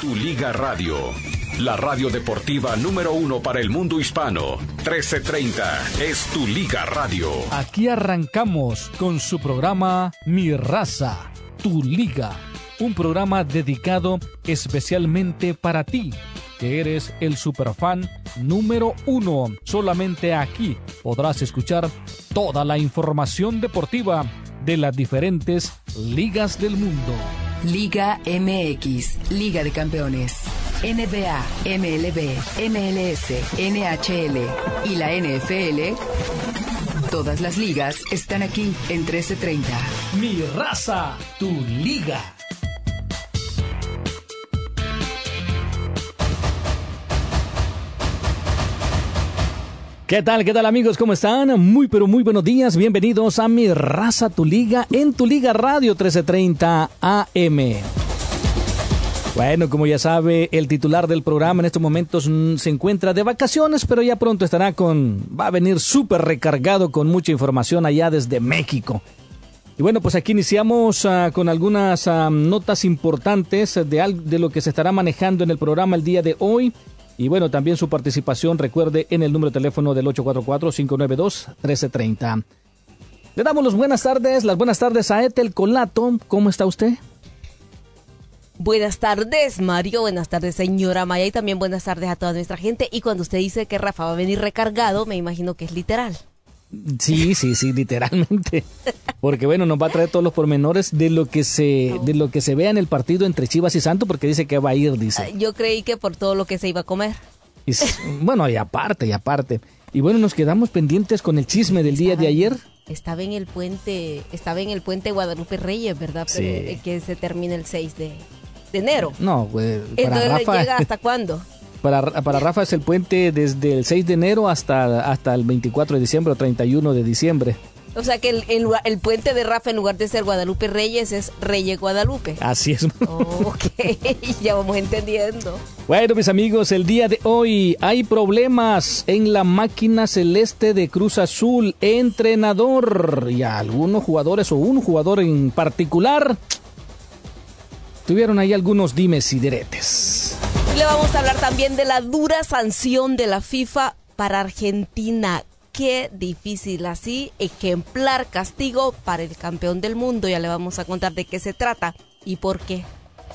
Tu Liga Radio, la radio deportiva número 1 para el mundo hispano. 1330 es Tu Liga Radio. Aquí arrancamos con su programa Mi Raza, Tu Liga. Un programa dedicado especialmente para ti, que eres el superfan número 1. Solamente aquí podrás escuchar toda la información deportiva de las diferentes ligas del mundo. Liga MX, Liga de Campeones, NBA, MLB, MLS, NHL y la NFL. Todas las ligas están aquí en 1330. Mi Raza, Tu Liga. ¿Qué tal amigos? ¿Cómo están? Muy buenos días. Bienvenidos a Mi Raza, Tu Liga en Tu Liga Radio 1330 AM. Bueno, como ya sabe, el titular del programa en estos momentos se encuentra de vacaciones, pero ya pronto va a venir súper recargado con mucha información allá desde México. Y bueno, pues aquí iniciamos con algunas notas importantes de lo que se estará manejando en el programa el día de hoy. Y bueno, también su participación, recuerde, en el número de teléfono del 844-592-1330. Le damos las buenas tardes a Ethel Colato. ¿Cómo está usted? Buenas tardes, Mario. Buenas tardes, señora Maya. Y también buenas tardes a toda nuestra gente. Y cuando usted dice que Rafa va a venir recargado, me imagino que es literal. Sí, literalmente. Porque bueno, nos va a traer todos los pormenores de lo que se vea en el partido entre Chivas y Santos, porque dice que va a ir, dice. Yo creí que por todo lo que se iba a comer. Bueno, y aparte. Y bueno, nos quedamos pendientes con el chisme del día de ayer. Estaba en el puente Guadalupe Reyes, ¿verdad? Pero sí. Que se termina el 6 de enero. No, pues para entonces Rafa, ¿llega hasta cuándo? Para Rafa es el puente desde el 6 de enero hasta el 24 de diciembre o 31 de diciembre. O sea que el puente de Rafa, en lugar de ser Guadalupe Reyes, es Reyes Guadalupe. Así es. Ok, ya vamos entendiendo. Bueno, mis amigos, el día de hoy hay problemas en la máquina celeste de Cruz Azul. Entrenador y algunos jugadores o un jugador en particular tuvieron ahí algunos dimes y diretes. Le vamos a hablar también de la dura sanción de la FIFA para Argentina. Qué difícil, así, ejemplar castigo para el campeón del mundo. Ya le vamos a contar de qué se trata y por qué.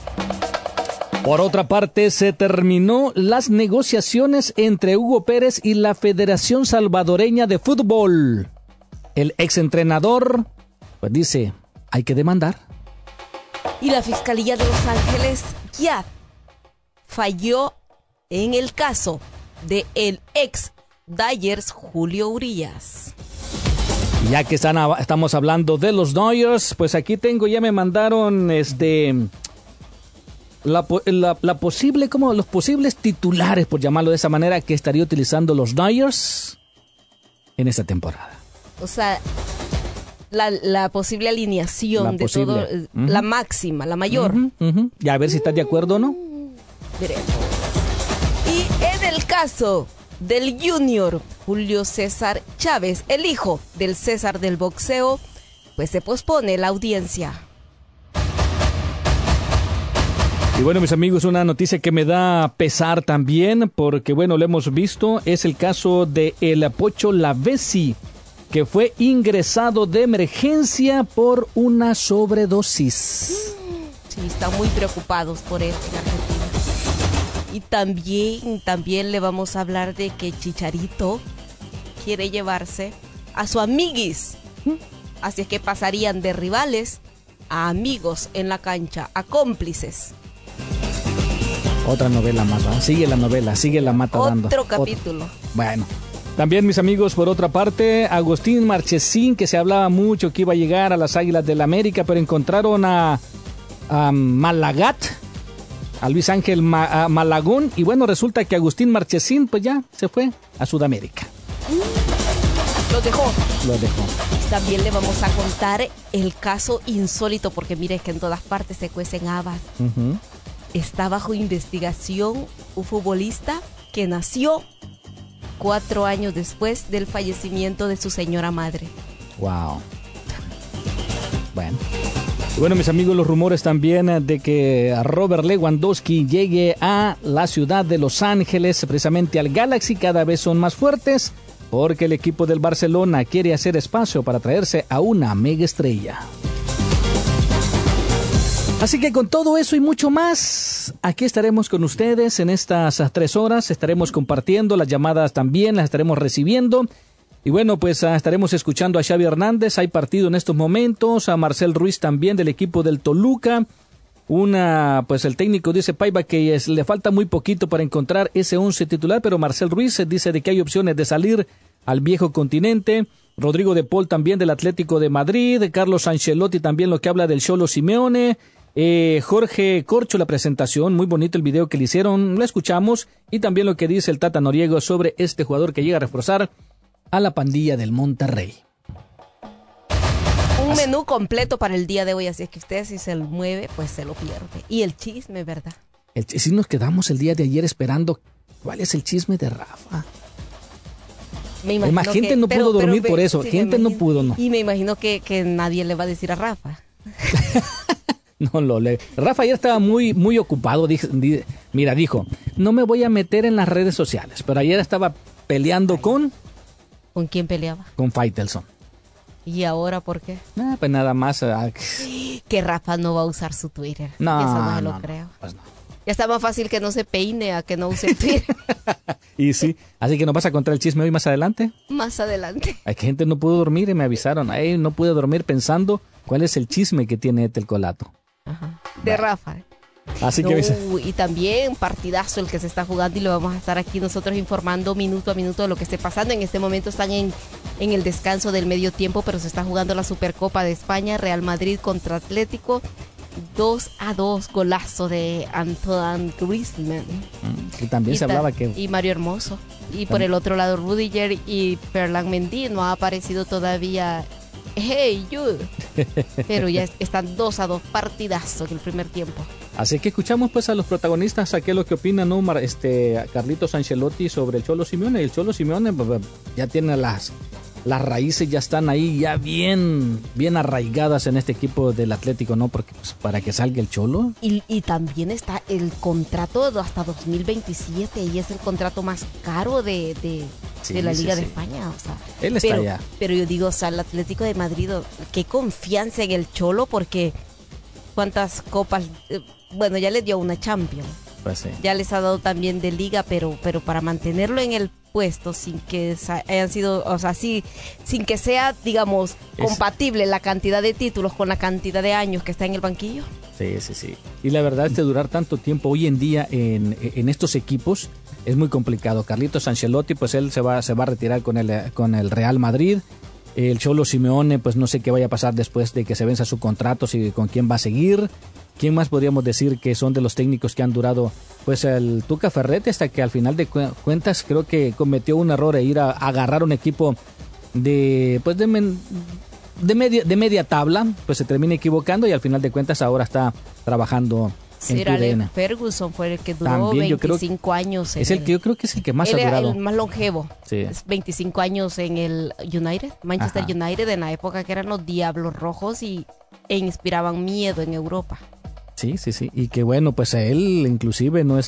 Por otra parte, se terminó las negociaciones entre Hugo Pérez y la Federación Salvadoreña de Fútbol. El exentrenador, pues dice, hay que demandar. Y la Fiscalía de Los Ángeles ya falló en el caso de el ex Dodgers Julio Urías. Ya que estamos hablando de los Dodgers, pues aquí ya me mandaron la posible, como los posibles titulares, por llamarlo de esa manera, que estaría utilizando los Dodgers en esta temporada. O sea, la posible alineación de todo, la máxima, la mayor. Y a ver si estás de acuerdo o no. Veremos. Y en el caso del Junior Julio César Chávez, el hijo del César del boxeo, pues se pospone la audiencia. Y bueno, mis amigos, una noticia que me da pesar también, porque bueno, lo hemos visto, es el caso de el Pocho Lavezzi, que fue ingresado de emergencia por una sobredosis. Sí, están muy preocupados por él en Argentina. Y también le vamos a hablar de que Chicharito quiere llevarse a su amiguis. Así es que pasarían de rivales a amigos en la cancha, a cómplices. Otra novela más, ¿no? Sigue la novela, sigue la mata dando. Otro capítulo. Bueno. También, mis amigos, por otra parte, Agustín Marchesín, que se hablaba mucho que iba a llegar a las Águilas del América, pero encontraron a Malagat, a Luis Ángel Malagón, y bueno, resulta que Agustín Marchesín pues ya se fue a Sudamérica. Lo dejó. También le vamos a contar el caso insólito, porque mire que en todas partes se cuecen habas. Está bajo investigación un futbolista que nació 4 años después del fallecimiento de su señora madre. Wow. Bueno. Bueno, mis amigos, los rumores también de que Robert Lewandowski llegue a la ciudad de Los Ángeles, precisamente al Galaxy, cada vez son más fuertes, porque el equipo del Barcelona quiere hacer espacio para traerse a una mega estrella. Así que con todo eso y mucho más, aquí estaremos con ustedes en estas 3 horas, estaremos compartiendo las llamadas también, las estaremos recibiendo. Y bueno, pues estaremos escuchando a Xavi Hernández, hay partido en estos momentos, a Marcel Ruiz también del equipo del Toluca. Pues el técnico dice Paiva que le falta muy poquito para encontrar ese 11 titular, pero Marcel Ruiz dice de que hay opciones de salir al viejo continente. Rodrigo de Paul también del Atlético de Madrid, Carlos Ancelotti también lo que habla del Cholo Simeone. Jorge Corcho, la presentación, muy bonito el video que le hicieron, lo escuchamos, y también lo que dice el Tata Noriego sobre este jugador que llega a reforzar a la pandilla del Monterrey. Un menú completo para el día de hoy, así es que usted si se lo mueve, pues se lo pierde. Y el chisme, ¿verdad? Sí, nos quedamos el día de ayer esperando cuál es el chisme de Rafa. Más gente no pudo dormir por eso, sí, gente no pudo, no. Y me imagino que nadie le va a decir a Rafa. Rafa ayer estaba muy ocupado, dijo, no me voy a meter en las redes sociales, pero ayer estaba peleando con... ¿Con quién peleaba? Con Faitelson. ¿Y ahora por qué? Pues nada más... Que Rafa no va a usar su Twitter. No, eso no se lo creo. Pues no. Ya está más fácil que no se peine a que no use Twitter. Y sí, así que nos vas a contar el chisme hoy más adelante. Más adelante. Hay que gente no pudo dormir y me avisaron. No pude dormir pensando cuál es el chisme que tiene el Colato. Ajá. De Rafa. Así que y también partidazo el que se está jugando y lo vamos a estar aquí nosotros informando minuto a minuto de lo que esté pasando. En este momento están en el descanso del medio tiempo, pero se está jugando la Supercopa de España, Real Madrid contra Atlético, 2-2, golazo de Antoine Griezmann. Y también se hablaba que... Y Mario Hermoso. Y por el otro lado Rudiger y Ferland Mendy. No ha aparecido todavía... Hey, you. Pero ya están 2-2, partidazo en el primer tiempo. Así que escuchamos pues a los protagonistas, a qué es lo que opinan, ¿no? Carlitos Ancelotti sobre el Cholo Simeone. El Cholo Simeone ya tiene las raíces, ya están ahí, ya bien arraigadas en este equipo del Atlético, ¿no? Porque pues, para que salga el Cholo. Y también está el contrato hasta 2027 y es el contrato más caro de la Liga de España. O sea, él está allá. Pero yo digo, o sea, el Atlético de Madrid, qué confianza en el Cholo, porque cuántas copas, bueno, ya le dio una Champions. Pues sí. Ya les ha dado también de Liga, pero para mantenerlo en el puesto sin que hayan sido, o sea, sin que sea, digamos, compatible la cantidad de títulos con la cantidad de años que está en el banquillo. Sí. Y la verdad es que durar tanto tiempo hoy en día en estos equipos es muy complicado. Carlitos Ancelotti, pues él se va a retirar con el Real Madrid. El Cholo Simeone, pues no sé qué vaya a pasar después de que se venza su contrato, si con quién va a seguir. ¿Quién más podríamos decir que son de los técnicos que han durado? Pues el Tuca Ferretti, hasta que al final de cuentas creo que cometió un error de ir a agarrar un equipo de media tabla, pues se termina equivocando y al final de cuentas ahora está trabajando en Sir Alex Ferguson fue el que duró también, 25 años. Yo creo que es el que más ha durado. El más longevo. Sí. 25 años en el Manchester United, en la época que eran los Diablos Rojos e inspiraban miedo en Europa. Sí. Y que bueno, pues a él inclusive no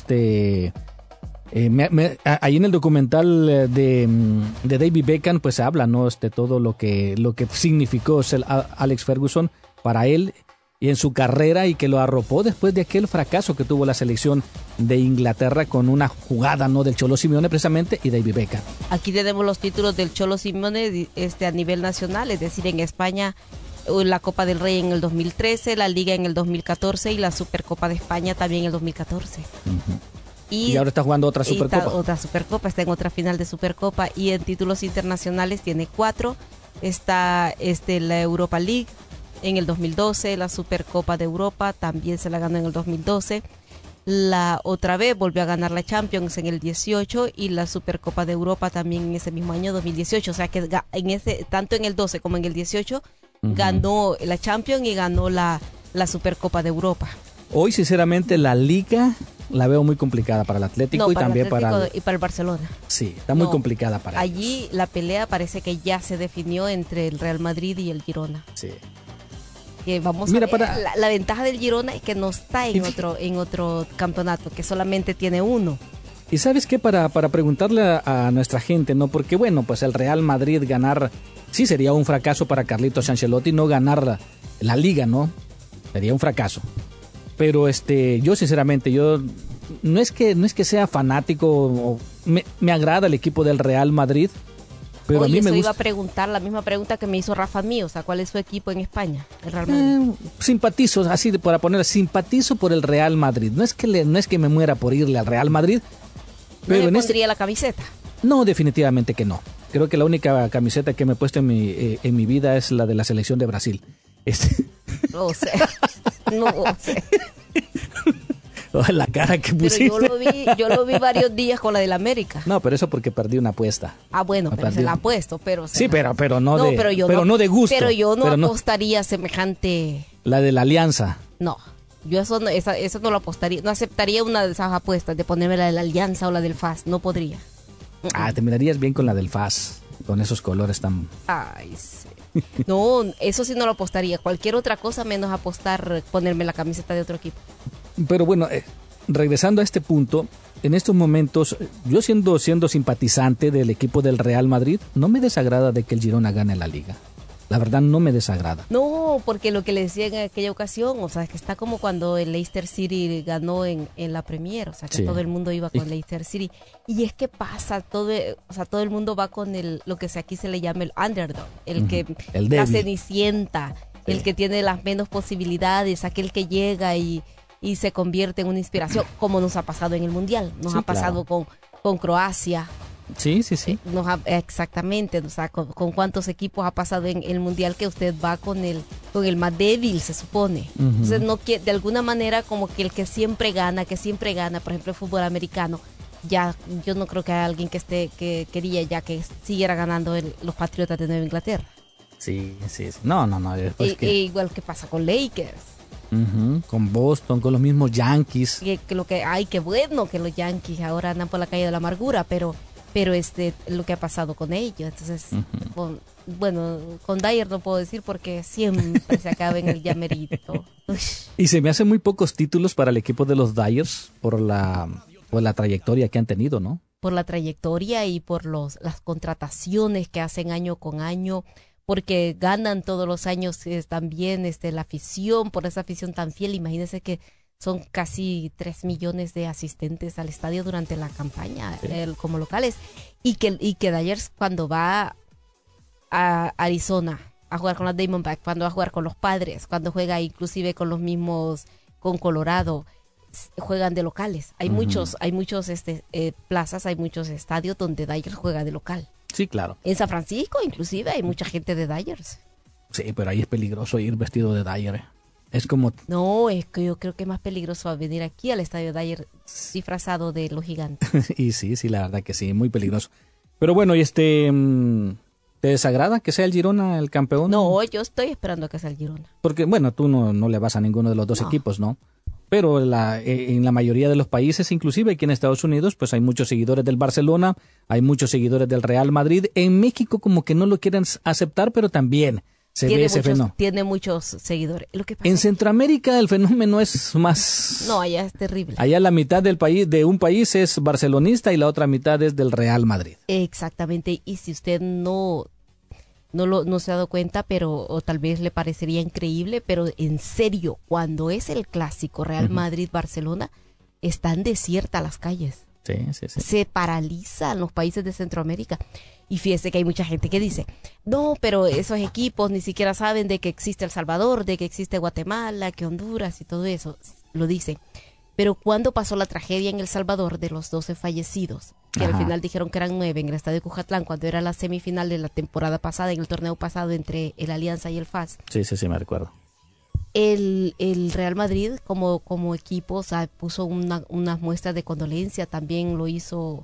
ahí en el documental de David Beckham pues se habla, ¿no? Todo lo que significó ser Alex Ferguson para él y en su carrera, y que lo arropó después de aquel fracaso que tuvo la selección de Inglaterra con una jugada, ¿no? del Cholo Simeone precisamente y David Beckham. Aquí tenemos los títulos del Cholo Simeone a nivel nacional, es decir, en España la Copa del Rey en el 2013, la Liga en el 2014 y la Supercopa de España también en el 2014. Y ahora está jugando otra Supercopa. Está en otra final de Supercopa, y en títulos internacionales tiene 4. Está la Europa League en el 2012, la Supercopa de Europa también se la ganó en el 2012. La otra vez volvió a ganar la Champions en el 18 y la Supercopa de Europa también en ese mismo año 2018. O sea que tanto en el 12 como en el 18 ganó la Champions y ganó la Supercopa de Europa. Hoy sinceramente la Liga la veo muy complicada para el Atlético y también para el Barcelona. Sí, está muy complicada para allí ellos. La pelea parece que ya se definió entre el Real Madrid y el Girona. Sí. Que vamos Mira, a ver, la ventaja del Girona es que no está en otro campeonato, que solamente tiene uno. Y ¿sabes qué? Para preguntarle a nuestra gente, ¿no? Porque bueno, pues el Real Madrid ganar, sí sería un fracaso para Carlitos Ancelotti no ganar la liga, ¿no? Sería un fracaso. Pero yo sinceramente, yo no es que sea fanático, me agrada el equipo del Real Madrid, pero Oye, a mí me gusta. iba a preguntar la misma pregunta que me hizo Rafa Mí, o sea, ¿cuál es su equipo en España? El Real Madrid. Simpatizo, así para poner, simpatizo por el Real Madrid. No es que me muera por irle al Real Madrid. Pero ¿no le pondría la camiseta? No, definitivamente que no. Creo que la única camiseta que me he puesto en mi vida es la de la selección de Brasil. No sé. La cara que pusiste. Pero yo lo vi varios días con la del América. No, pero eso porque perdí una apuesta. Ah, bueno, pero se la ha puesto, pero... Sí, pero no de gusto. Pero yo no apostaría semejante... La de la Alianza. No, yo eso no lo apostaría. No aceptaría una de esas apuestas de ponerme la de la Alianza o la del FAS. No podría. Te mirarías bien con la del FAS. Con esos colores tan... Ay, sí. No, eso sí no lo apostaría. Cualquier otra cosa menos apostar, ponerme la camiseta de otro equipo. Pero bueno, regresando a este punto, en estos momentos, yo siendo simpatizante del equipo del Real Madrid, no me desagrada de que el Girona gane la Liga. La verdad no me desagrada. No, porque lo que le decía en aquella ocasión, o sea, es que está como cuando el Leicester City ganó en la Premier, o sea, que sí, todo el mundo iba con Leicester City. Y es que pasa, todo el mundo va con lo que aquí se le llama el underdog, la cenicienta, sí, el que tiene las menos posibilidades, aquel que llega y se convierte en una inspiración, como nos ha pasado en el Mundial, nos ha pasado con Croacia. Sí. Exactamente, o sea, con cuántos equipos ha pasado en el Mundial que usted va con el más débil, se supone. Entonces, de alguna manera, como que el que siempre gana, por ejemplo, el fútbol americano, ya yo no creo que haya alguien que quería ya que siguiera ganando los Patriotas de Nueva Inglaterra. Sí. No. Igual que pasa con Lakers. Con Boston, con los mismos Yankees. Qué bueno que los Yankees ahora andan por la calle de la amargura, pero lo que ha pasado con ellos. Entonces, con Dyer no puedo decir porque siempre se acaba en el llamerito. Y se me hacen muy pocos títulos para el equipo de los Dyers por la trayectoria que han tenido, ¿no? Por la trayectoria y por las contrataciones que hacen año con año, porque ganan todos los años también la afición, por esa afición tan fiel. Imagínense que son casi 3 millones de asistentes al estadio durante la campaña, sí, como locales. Y que Dyers, cuando va a Arizona a jugar con los Diamondbacks, cuando va a jugar con los Padres, cuando juega inclusive con los mismos, con Colorado, juegan de locales. Hay muchos plazas, hay muchos estadios donde Dyers juega de local. Sí, claro. En San Francisco, inclusive, hay mucha gente de Dyers. Sí, pero ahí es peligroso ir vestido de Dyer. Es como... No, es que yo creo que es más peligroso venir aquí al estadio Dyer disfrazado de los gigantes. Y sí, la verdad que sí, muy peligroso. Pero bueno, ¿te desagrada que sea el Girona el campeón? No, yo estoy esperando a que sea el Girona. Porque, bueno, tú no le vas a ninguno de los dos equipos, ¿no? Pero en la mayoría de los países, inclusive aquí en Estados Unidos, pues hay muchos seguidores del Barcelona, hay muchos seguidores del Real Madrid. En México como que no lo quieren aceptar, pero también se ve ese fenómeno. Tiene muchos seguidores. Lo que pasa en Centroamérica el fenómeno es más... No, allá es terrible. Allá la mitad de un país es barcelonista y la otra mitad es del Real Madrid. Exactamente, y si usted no se ha dado cuenta, o tal vez le parecería increíble, pero en serio, cuando es el clásico Real Madrid-Barcelona, están desiertas las calles. Sí. Se paralizan los países de Centroamérica. Y fíjese que hay mucha gente que dice, no, pero esos equipos ni siquiera saben de que existe El Salvador, de que existe Guatemala, que Honduras y todo eso. Lo dicen. Pero cuando pasó la tragedia en El Salvador de los 12 fallecidos, que al final dijeron que eran 9 en el estadio Cujatlán, cuando era la semifinal de la temporada pasada, en el torneo pasado entre el Alianza y el FAS. Sí, me recuerdo. El Real Madrid como equipo, o sea, puso unas muestras de condolencia, también lo hizo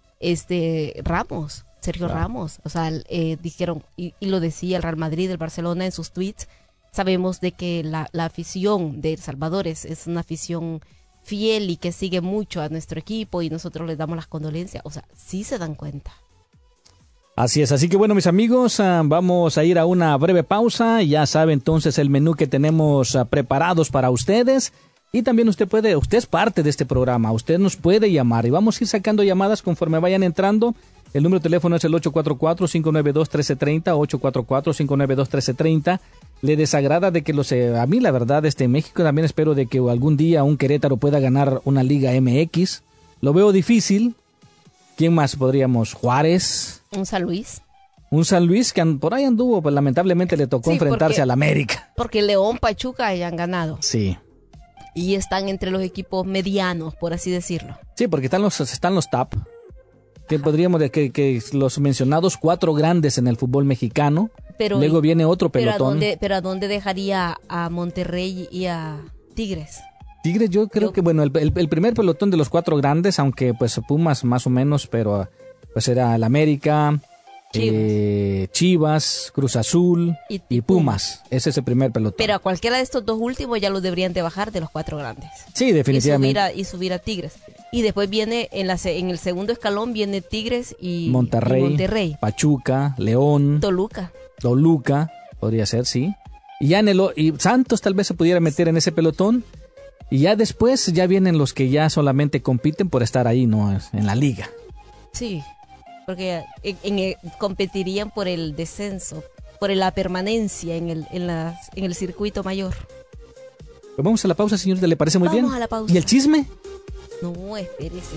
Sergio Ramos, o sea, dijeron, y lo decía el Real Madrid, el Barcelona en sus tweets, sabemos de que la afición de El Salvador es una afición fiel y que sigue mucho a nuestro equipo y nosotros les damos las condolencias, o sea, sí se dan cuenta. Así es, así que bueno, mis amigos, vamos a ir a una breve pausa. Ya sabe entonces el menú que tenemos preparados para ustedes. Y también usted es parte de este programa, usted nos puede llamar y vamos a ir sacando llamadas conforme vayan entrando. El número de teléfono es el 844-592-1330, 844-592-1330. Le desagrada de que a mí la verdad, en México también espero de que algún día un Querétaro pueda ganar una Liga MX. Lo veo difícil. ¿Quién más podríamos? Juárez. Un San Luis. Un San Luis que por ahí anduvo, pues lamentablemente le tocó enfrentarse al América. Porque León, Pachuca ya han ganado. Sí. Y están entre los equipos medianos, por así decirlo. Sí, porque están los top. Que podríamos decir que los mencionados 4 grandes en el fútbol mexicano. Pero, luego viene otro pelotón. Pero ¿a dónde dejaría a Monterrey y a Tigres? Tigres yo creo que, bueno, el primer pelotón de los 4 grandes, aunque pues Pumas más o menos, pero pues era el América, Chivas, Cruz Azul y Pumas. Ese es el primer pelotón. Pero a cualquiera de estos 2 últimos ya los deberían de bajar de los 4 grandes. Sí, definitivamente. Y subir a Tigres. Y después viene, en el segundo escalón viene Tigres y Monterrey. Pachuca, León. Toluca, podría ser, sí. Y ya y Santos tal vez se pudiera meter en ese pelotón. Y ya después ya vienen los que ya solamente compiten por estar ahí, ¿no? En la liga. Sí, porque competirían por el descenso, por la permanencia en el circuito mayor. Pues vamos a la pausa, señorita, ¿le parece muy bien? Vamos a la pausa. ¿Y el chisme? No, espérese.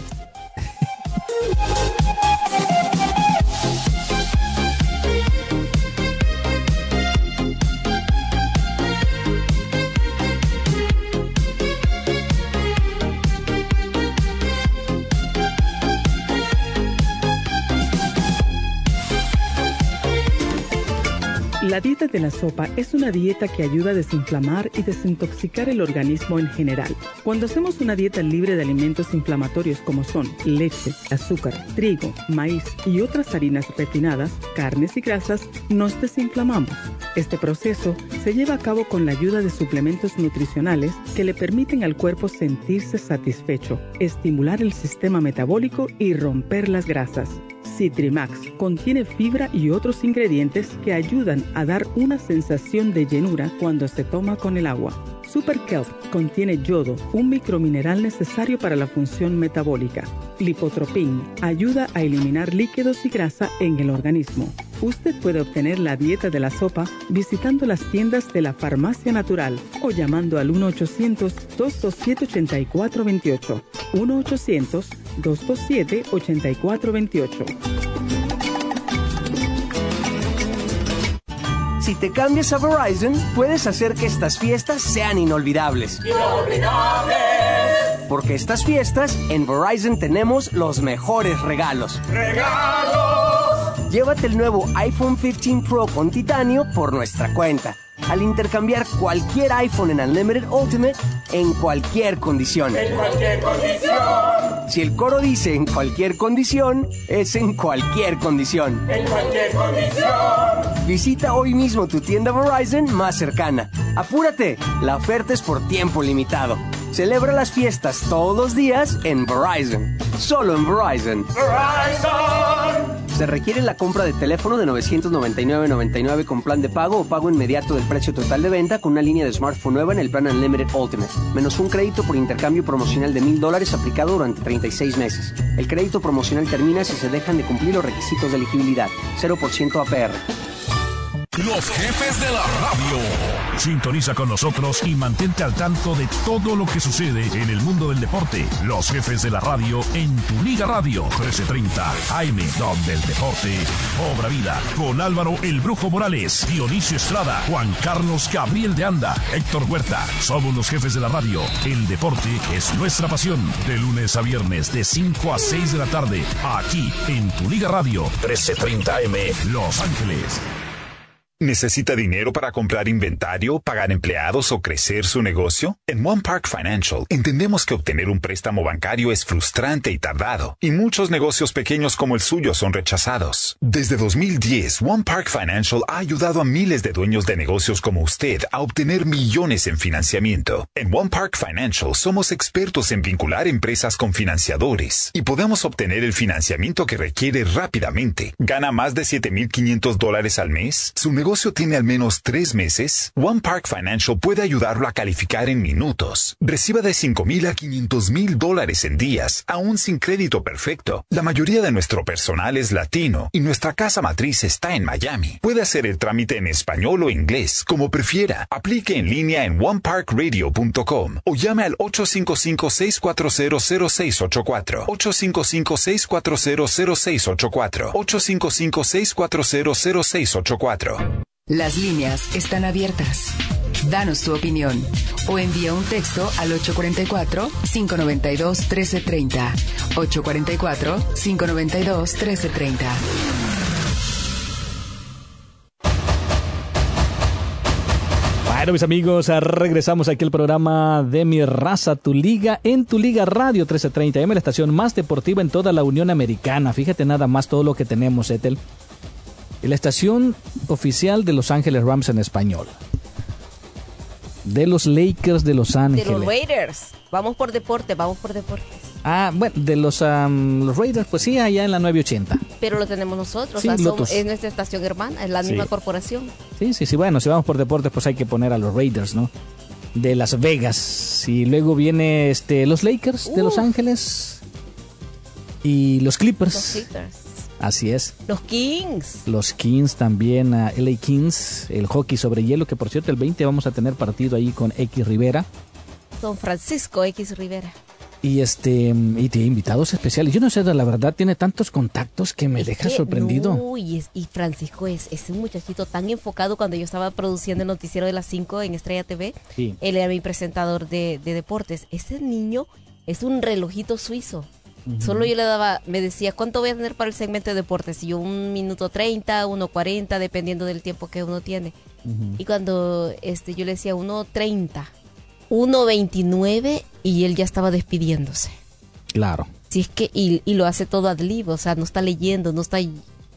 La dieta de la sopa es una dieta que ayuda a desinflamar y desintoxicar el organismo en general. Cuando hacemos una dieta libre de alimentos inflamatorios como son leche, azúcar, trigo, maíz y otras harinas refinadas, carnes y grasas, nos desinflamamos. Este proceso se lleva a cabo con la ayuda de suplementos nutricionales que le permiten al cuerpo sentirse satisfecho, estimular el sistema metabólico y romper las grasas. Citrimax contiene fibra y otros ingredientes que ayudan a dar una sensación de llenura cuando se toma con el agua. Super Kelp contiene yodo, un micromineral necesario para la función metabólica. Lipotropin ayuda a eliminar líquidos y grasa en el organismo. Usted puede obtener la dieta de la sopa visitando las tiendas de la Farmacia Natural o llamando al 1-800-227-8428. 1-800-227-8428. Si te cambias a Verizon, puedes hacer que estas fiestas sean inolvidables. ¡Inolvidables! Porque estas fiestas, en Verizon tenemos los mejores regalos. ¡Regalos! Llévate el nuevo iPhone 15 Pro con titanio por nuestra cuenta, al intercambiar cualquier iPhone en Unlimited Ultimate en cualquier condición. ¡En cualquier condición! Si el coro dice en cualquier condición, es en cualquier condición. ¡En cualquier condición! Visita hoy mismo tu tienda Verizon más cercana. ¡Apúrate! La oferta es por tiempo limitado. Celebra las fiestas todos los días en Verizon. Solo en Verizon. ¡Verizon! Se requiere la compra de teléfono de $999.99 con plan de pago o pago inmediato del precio total de venta con una línea de smartphone nueva en el plan Unlimited Ultimate, menos un crédito por intercambio promocional de $1,000 aplicado durante 36 meses. El crédito promocional termina si se dejan de cumplir los requisitos de elegibilidad. 0% APR. Los jefes de la radio. Sintoniza con nosotros y mantente al tanto de todo lo que sucede en el mundo del deporte. Los jefes de la radio en tu Liga Radio 1330 AM, donde el deporte cobra vida. Con Álvaro El Brujo Morales, Dionisio Estrada, Juan Carlos Gabriel de Anda, Héctor Huerta. Somos los jefes de la radio. El deporte es nuestra pasión. De lunes a viernes, de 5 a 6 de la tarde, aquí en tu Liga Radio 1330 AM, Los Ángeles. ¿Necesita dinero para comprar inventario, pagar empleados o crecer su negocio? En One Park Financial entendemos que obtener un préstamo bancario es frustrante y tardado, y muchos negocios pequeños como el suyo son rechazados. Desde 2010, One Park Financial ha ayudado a miles de dueños de negocios como usted a obtener millones en financiamiento. En One Park Financial somos expertos en vincular empresas con financiadores y podemos obtener el financiamiento que requiere rápidamente. ¿Gana más de $7,500 al mes? ¿Su negocio tiene al menos 3 meses? One Park Financial puede ayudarlo a calificar en minutos. Reciba de $5,000 a $500,000 en días, aún sin crédito perfecto. La mayoría de nuestro personal es latino y nuestra casa matriz está en Miami. Puede hacer el trámite en español o inglés, como prefiera. Aplique en línea en oneparkradio.com o llame al 855-640-0684. 855-640-0684. 855-640-0684. Las líneas están abiertas. Danos tu opinión o envía un texto al 844-592-1330. 844-592-1330. Bueno, mis amigos, regresamos aquí al programa de Mi Raza, Tu Liga, en Tu Liga Radio 1330 AM, la estación más deportiva en toda la Unión Americana. Fíjate nada más todo lo que tenemos, Ethel. La estación oficial de Los Ángeles Rams en español. De los Lakers de Los Ángeles. De los Raiders. Vamos por deportes. Ah, bueno, de los Raiders, pues sí, allá en la 980. Pero lo tenemos nosotros, Sí, o sea, Lotus. es nuestra estación hermana, es la misma corporación. Sí, bueno, si vamos por deportes, pues hay que poner a los Raiders, ¿no? De Las Vegas. Y luego viene los Lakers de Los Ángeles. Y los Clippers. Los Clippers. Así es. Los Kings. Los Kings también, LA Kings, el hockey sobre hielo, que por cierto el 20 vamos a tener partido ahí con X Rivera. Don Francisco X Rivera. Y y tiene invitados especiales. Yo no sé, la verdad, tiene tantos contactos que me deja sorprendido. No, y Francisco es un muchachito tan enfocado. Cuando yo estaba produciendo el noticiero de las 5 en Estrella TV, Sí. él era mi presentador de deportes. Ese niño es un relojito suizo. Solo yo me decía, ¿cuánto voy a tener para el segmento de deportes? Y yo 1 minuto 30, 1:40, dependiendo del tiempo que uno tiene. Y cuando yo le decía 1:30, 1:29, y él ya estaba despidiéndose. Claro. Si es que, y lo hace todo ad lib, o sea, no está leyendo, no está... Y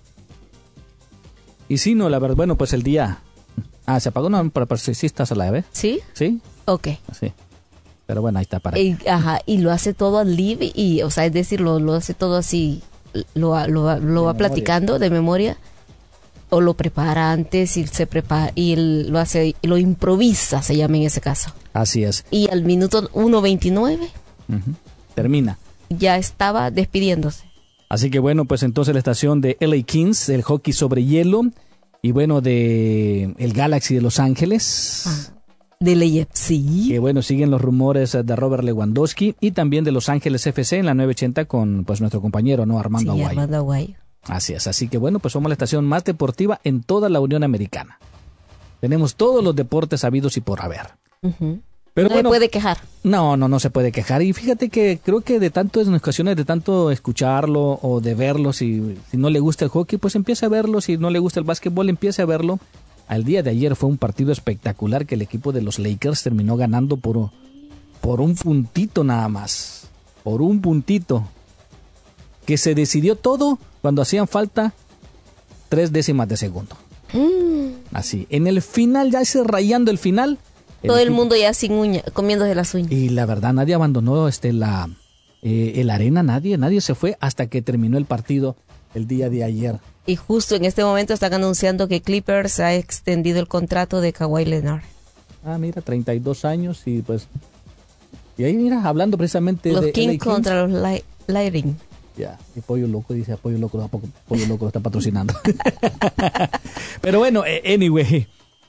sí, no, la verdad, bueno, pues el día... se apagó, no, pero sí estás a la vez. ¿Sí? ¿Sí? Ok. Sí. Pero bueno, ahí está para y lo hace todo ad lib, y, o sea, es decir, lo hace todo así, lo va platicando de memoria, o lo prepara antes y se prepara, y él lo hace, lo improvisa, se llama en ese caso. Así es. Y al minuto 1:29 termina. ya estaba despidiéndose. Así que bueno, pues entonces la estación de LA Kings, el hockey sobre hielo, y bueno, de el Galaxy de Los Ángeles. De LAFC. Que bueno, siguen los rumores de Robert Lewandowski, y también de Los Ángeles FC en la 980 con pues nuestro compañero, ¿no? Armando Aguayo. Armando Aguayo. Así es, así que bueno, pues somos la estación más deportiva en toda la Unión Americana. Tenemos todos los deportes habidos y por haber. Pero no bueno, se puede quejar. No se puede quejar. Y fíjate que creo que en ocasiones de tanto escucharlo o de verlo, si no le gusta el hockey, pues empieza a verlo. Si no le gusta el básquetbol, empiece a verlo. Al día de ayer fue un partido espectacular que el equipo de los Lakers terminó ganando por un puntito nada más. Por un puntito. Que se decidió todo cuando hacían falta 3 décimas de segundo. Así. En el final, ya se rayando el final. Todo el mundo ya sin uña, comiéndose las uñas. Y la verdad, nadie abandonó el arena, nadie se fue hasta que terminó el partido el día de ayer. Y justo en este momento están anunciando que Clippers ha extendido el contrato de Kawhi Leonard. Mira, 32 años y pues... Y ahí mira, hablando precisamente los de Kings contra los Lightning. Ya, y Pollo Loco dice, Pollo Loco lo está patrocinando. Pero bueno, anyway,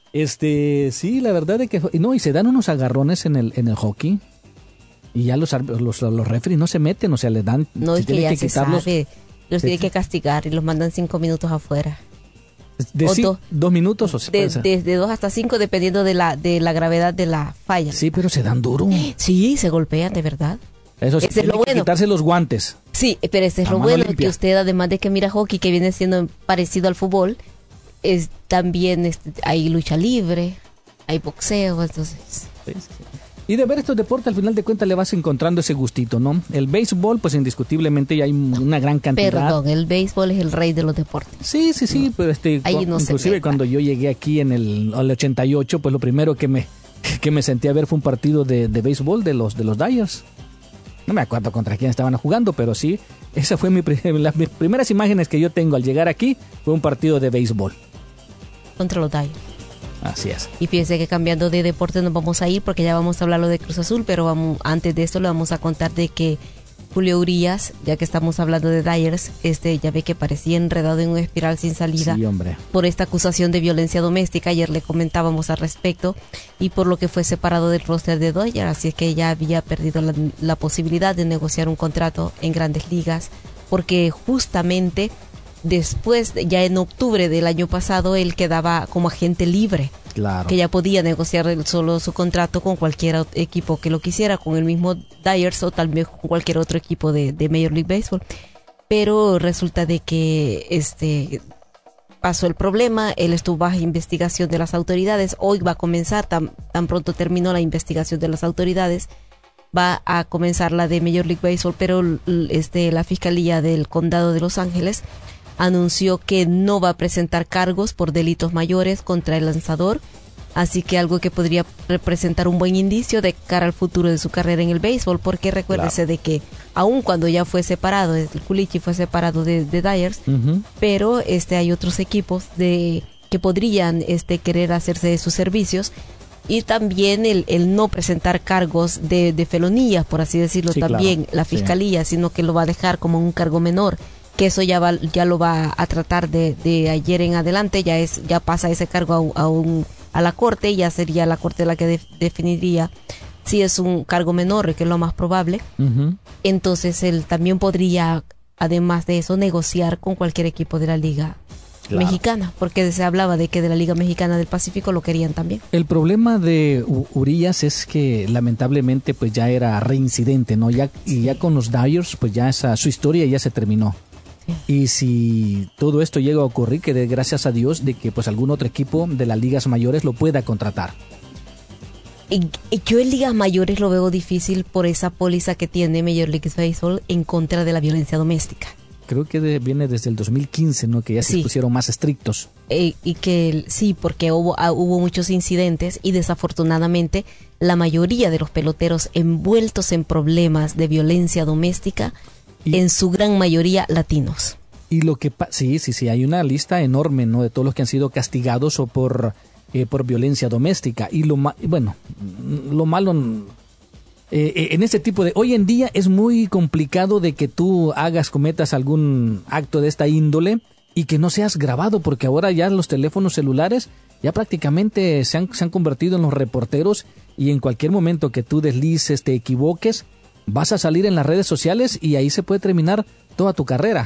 sí, la verdad es que no, y se dan unos agarrones en el hockey. Y ya los referees no se meten, o sea, le dan, no, es que ya se quitarlos, sabe, los tienen que castigar y los mandan 5 minutos afuera. De 2 minutos o de 2 hasta 5 dependiendo de la gravedad de la falla. Sí, pero se dan duro. Sí, se golpean de verdad. Eso sí, tiene que quitarse los guantes. Sí, pero ese es lo bueno, que usted, además de que mira hockey, que viene siendo parecido al fútbol, También hay lucha libre, hay boxeo, entonces... Sí. Y de ver estos deportes, al final de cuentas le vas encontrando ese gustito, ¿no? El béisbol, pues indiscutiblemente ya hay una gran cantidad. Perdón, el béisbol es el rey de los deportes. Sí, no. Pero inclusive cuando yo llegué aquí en el 88, pues lo primero que me sentí a ver fue un partido de béisbol de los Dyers. No me acuerdo contra quién estaban jugando, pero sí, esa fue las primeras imágenes que yo tengo al llegar aquí, fue un partido de béisbol. Contra los Dyers. Así es. Y fíjense que cambiando de deporte nos vamos a ir porque ya vamos a hablar lo de Cruz Azul, pero antes de esto le vamos a contar de que Julio Urías, ya que estamos hablando de Dyers, ya ve que parecía enredado en una espiral sin salida. Sí, hombre. Por esta acusación de violencia doméstica. Ayer le comentábamos al respecto y por lo que fue separado del roster de Dodgers, así es que ya había perdido la posibilidad de negociar un contrato en Grandes Ligas, porque justamente después, ya en octubre del año pasado, él quedaba como agente libre. Claro. Que ya podía negociar solo su contrato con cualquier equipo que lo quisiera, con el mismo Dyers o tal vez con cualquier otro equipo de Major League Baseball. Pero resulta de que pasó el problema, él estuvo bajo investigación de las autoridades. Hoy va a comenzar, tan pronto terminó la investigación de las autoridades, va a comenzar la de Major League Baseball, pero la Fiscalía del Condado de Los Ángeles anunció que no va a presentar cargos por delitos mayores contra el lanzador, así que algo que podría representar un buen indicio de cara al futuro de su carrera en el béisbol, porque recuérdese de que aun cuando ya fue separado, el Culichi fue separado de Dyers, pero hay otros equipos que podrían querer hacerse de sus servicios, y también el no presentar cargos de felonías, por así decirlo, también la fiscalía, sino que lo va a dejar como un cargo menor, que eso ya lo va a tratar de ayer en adelante, ya pasa ese cargo a la corte, y ya sería la corte la que definiría si es un cargo menor, que es lo más probable. Entonces él también podría, además de eso, negociar con cualquier equipo de la liga mexicana, porque se hablaba de que de la Liga Mexicana del Pacífico lo querían también. El problema de Urías es que lamentablemente pues ya era reincidente, ¿no? Y ya con los Dyers pues ya su historia ya se terminó. Sí. Y si todo esto llega a ocurrir, que dé gracias a Dios de que pues algún otro equipo de las ligas mayores lo pueda contratar. Y yo en ligas mayores lo veo difícil por esa póliza que tiene Major League Baseball en contra de la violencia doméstica. Creo que viene desde el 2015, ¿no? Que ya se pusieron más estrictos. Y que porque hubo muchos incidentes y desafortunadamente la mayoría de los peloteros envueltos en problemas de violencia doméstica, en su gran mayoría latinos. Y lo que sí, hay una lista enorme, ¿no? De todos los que han sido castigados o por violencia doméstica. Y lo malo en este tipo de... Hoy en día es muy complicado de que tú cometas algún acto de esta índole y que no seas grabado, porque ahora ya los teléfonos celulares ya prácticamente se han convertido en los reporteros, y en cualquier momento que tú deslices, te equivoques, vas a salir en las redes sociales y ahí se puede terminar toda tu carrera.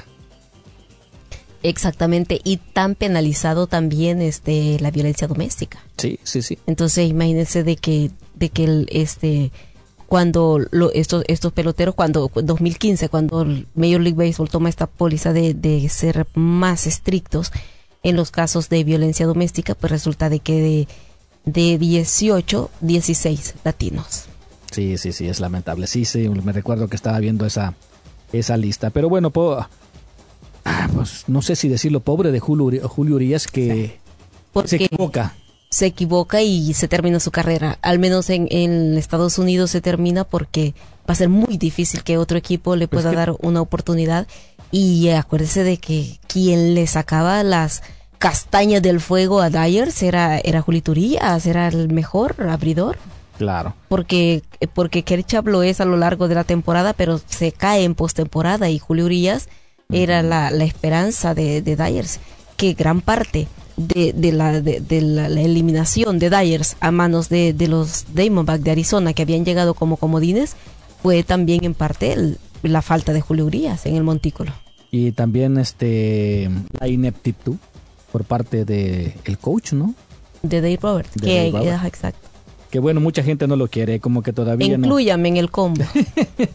Exactamente, y tan penalizado también la violencia doméstica. Sí. Entonces imagínense de que cuando estos peloteros, cuando 2015, cuando el Major League Baseball toma esta póliza de ser más estrictos en los casos de violencia doméstica, pues resulta de que de 18, 16 latinos. Sí, es lamentable. Sí, me recuerdo que estaba viendo esa lista. Pero bueno, pues no sé si decirlo, pobre de Julio Urías, que se equivoca. Se equivoca y se termina su carrera. Al menos en Estados Unidos se termina, porque va a ser muy difícil que otro equipo le pueda dar una oportunidad. Y acuérdese de que quien le sacaba las castañas del fuego a Dyers era Julio Urías, era el mejor abridor. Claro. Porque Kerchap lo es a lo largo de la temporada, pero se cae en postemporada, y Julio Urías era la esperanza de Dyers, que gran parte de la eliminación de Dyers a manos de los Diamondbacks de Arizona, que habían llegado como comodines, fue también en parte la falta de Julio Urías en el montículo. Y también la ineptitud por parte de el coach, ¿no? De Dave Roberts. Exacto. Que bueno, mucha gente no lo quiere, como que todavía inclúyame en el combo.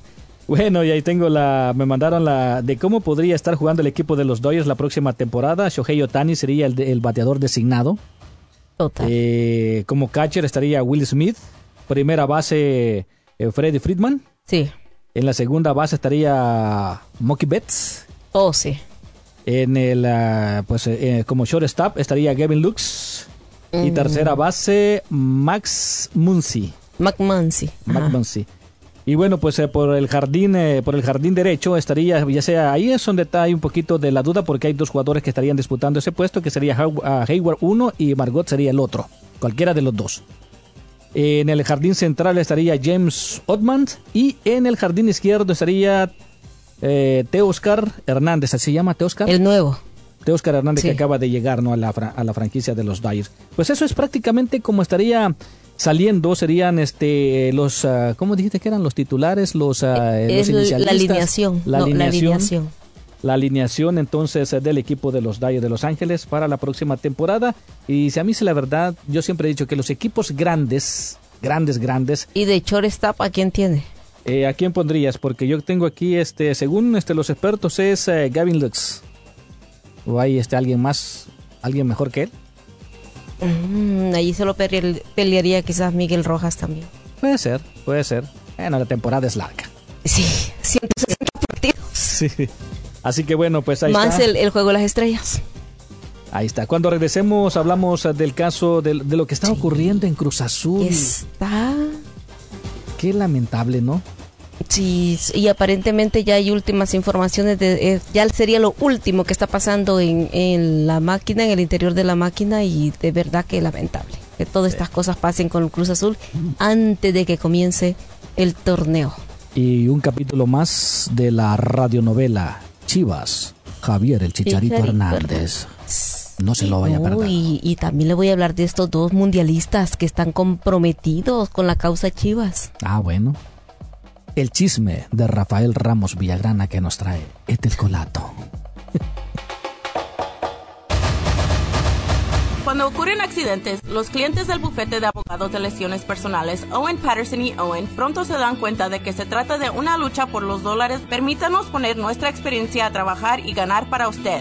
Bueno, y ahí tengo me mandaron de cómo podría estar jugando el equipo de los Dodgers la próxima temporada. Shohei Ohtani sería el bateador designado. Total. Como catcher estaría Will Smith. Primera base, Freddie Freeman. Sí. En la segunda base estaría Mookie Betts. Oh, sí. En como shortstop estaría Gavin Lux. Y tercera base, Max Muncy. McMuncy. Y bueno, pues por el jardín derecho estaría, ya sea, ahí es donde está ahí un poquito de la duda, porque hay dos jugadores que estarían disputando ese puesto, que sería Hayward uno y Margot sería el otro, cualquiera de los dos. En el jardín central estaría James Ottman, y en el jardín izquierdo estaría Teoscar Hernández. ¿Se llama Teoscar? El nuevo. Teoscar Hernández, sí, que acaba de llegar, ¿no?, a la franquicia de los Dodgers. Pues eso es prácticamente como estaría saliendo. Serían los, ¿cómo dijiste que eran los titulares? Los inicialistas. La alineación entonces del equipo de los Dodgers de Los Ángeles para la próxima temporada. Y si a mí, la verdad, yo siempre he dicho que los equipos grandes. ¿Y de shortstop a quién tiene? ¿A quién pondrías? Porque yo tengo aquí, según los expertos, es Gavin Lux. ¿O hay alguien más, alguien mejor que él? Allí se lo pelearía quizás Miguel Rojas también. Puede ser. Bueno, la temporada es larga. Sí, 160 partidos. Sí. Así que bueno, pues ahí más está. el Juego de las Estrellas. Ahí está. Cuando regresemos hablamos del caso de lo que está ocurriendo en Cruz Azul. Qué lamentable, ¿no? Sí, y aparentemente ya hay últimas informaciones ya sería lo último que está pasando en la máquina, en el interior de la máquina, y de verdad que lamentable que todas estas cosas pasen con el Cruz Azul antes de que comience el torneo. Y un capítulo más de la radionovela Chivas, Javier el Chicharito Hernández. No se lo vaya a perder. Y también le voy a hablar de estos dos mundialistas que están comprometidos con la causa Chivas. Ah, bueno. El chisme de Rafael Ramos Villagrana que nos trae Etel Colato. Cuando ocurren accidentes, los clientes del bufete de abogados de lesiones personales Owen Patterson y Owen pronto se dan cuenta de que se trata de una lucha por los dólares. Permítanos poner nuestra experiencia a trabajar y ganar para usted.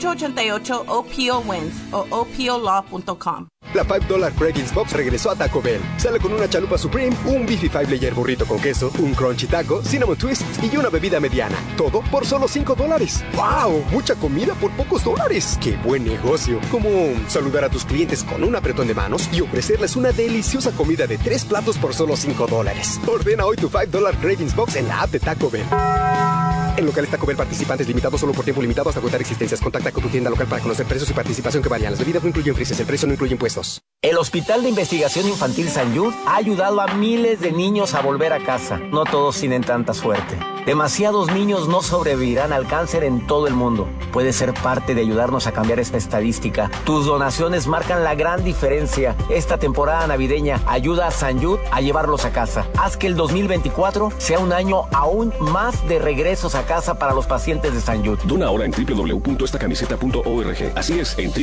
888-OPO-WINS o opolaw.com. La $5 Cravings Box regresó a Taco Bell. Sale con una chalupa Supreme, un Beefy 5 Layer burrito con queso, un Crunchy Taco, Cinnamon Twists y una bebida mediana. Todo por solo $5. ¡Wow! Mucha comida por pocos dólares. ¡Qué buen negocio! Como saludar a tus clientes con un apretón de manos y ofrecerles una deliciosa comida de 3 platos por solo $5. Ordena hoy tu $5 Cravings Box en la app de Taco Bell. En locales Taco Bell participantes limitados solo por tiempo limitado hasta agotar existencias. Contacta con tu tienda local para conocer precios y participación que varían. Las bebidas no incluyen frises, el precio no incluye impuestos. El Hospital de Investigación Infantil St. Jude ha ayudado a miles de niños a volver a casa. No todos tienen tanta suerte. Demasiados niños no sobrevivirán al cáncer en todo el mundo. Puedes ser parte de ayudarnos a cambiar esta estadística. Tus donaciones marcan la gran diferencia. Esta temporada navideña ayuda a St. Jude a llevarlos a casa. Haz que el 2024 sea un año aún más de regresos a casa para los pacientes de St. Jude. Dona ahora en www.estacamiseta.org. Así es, en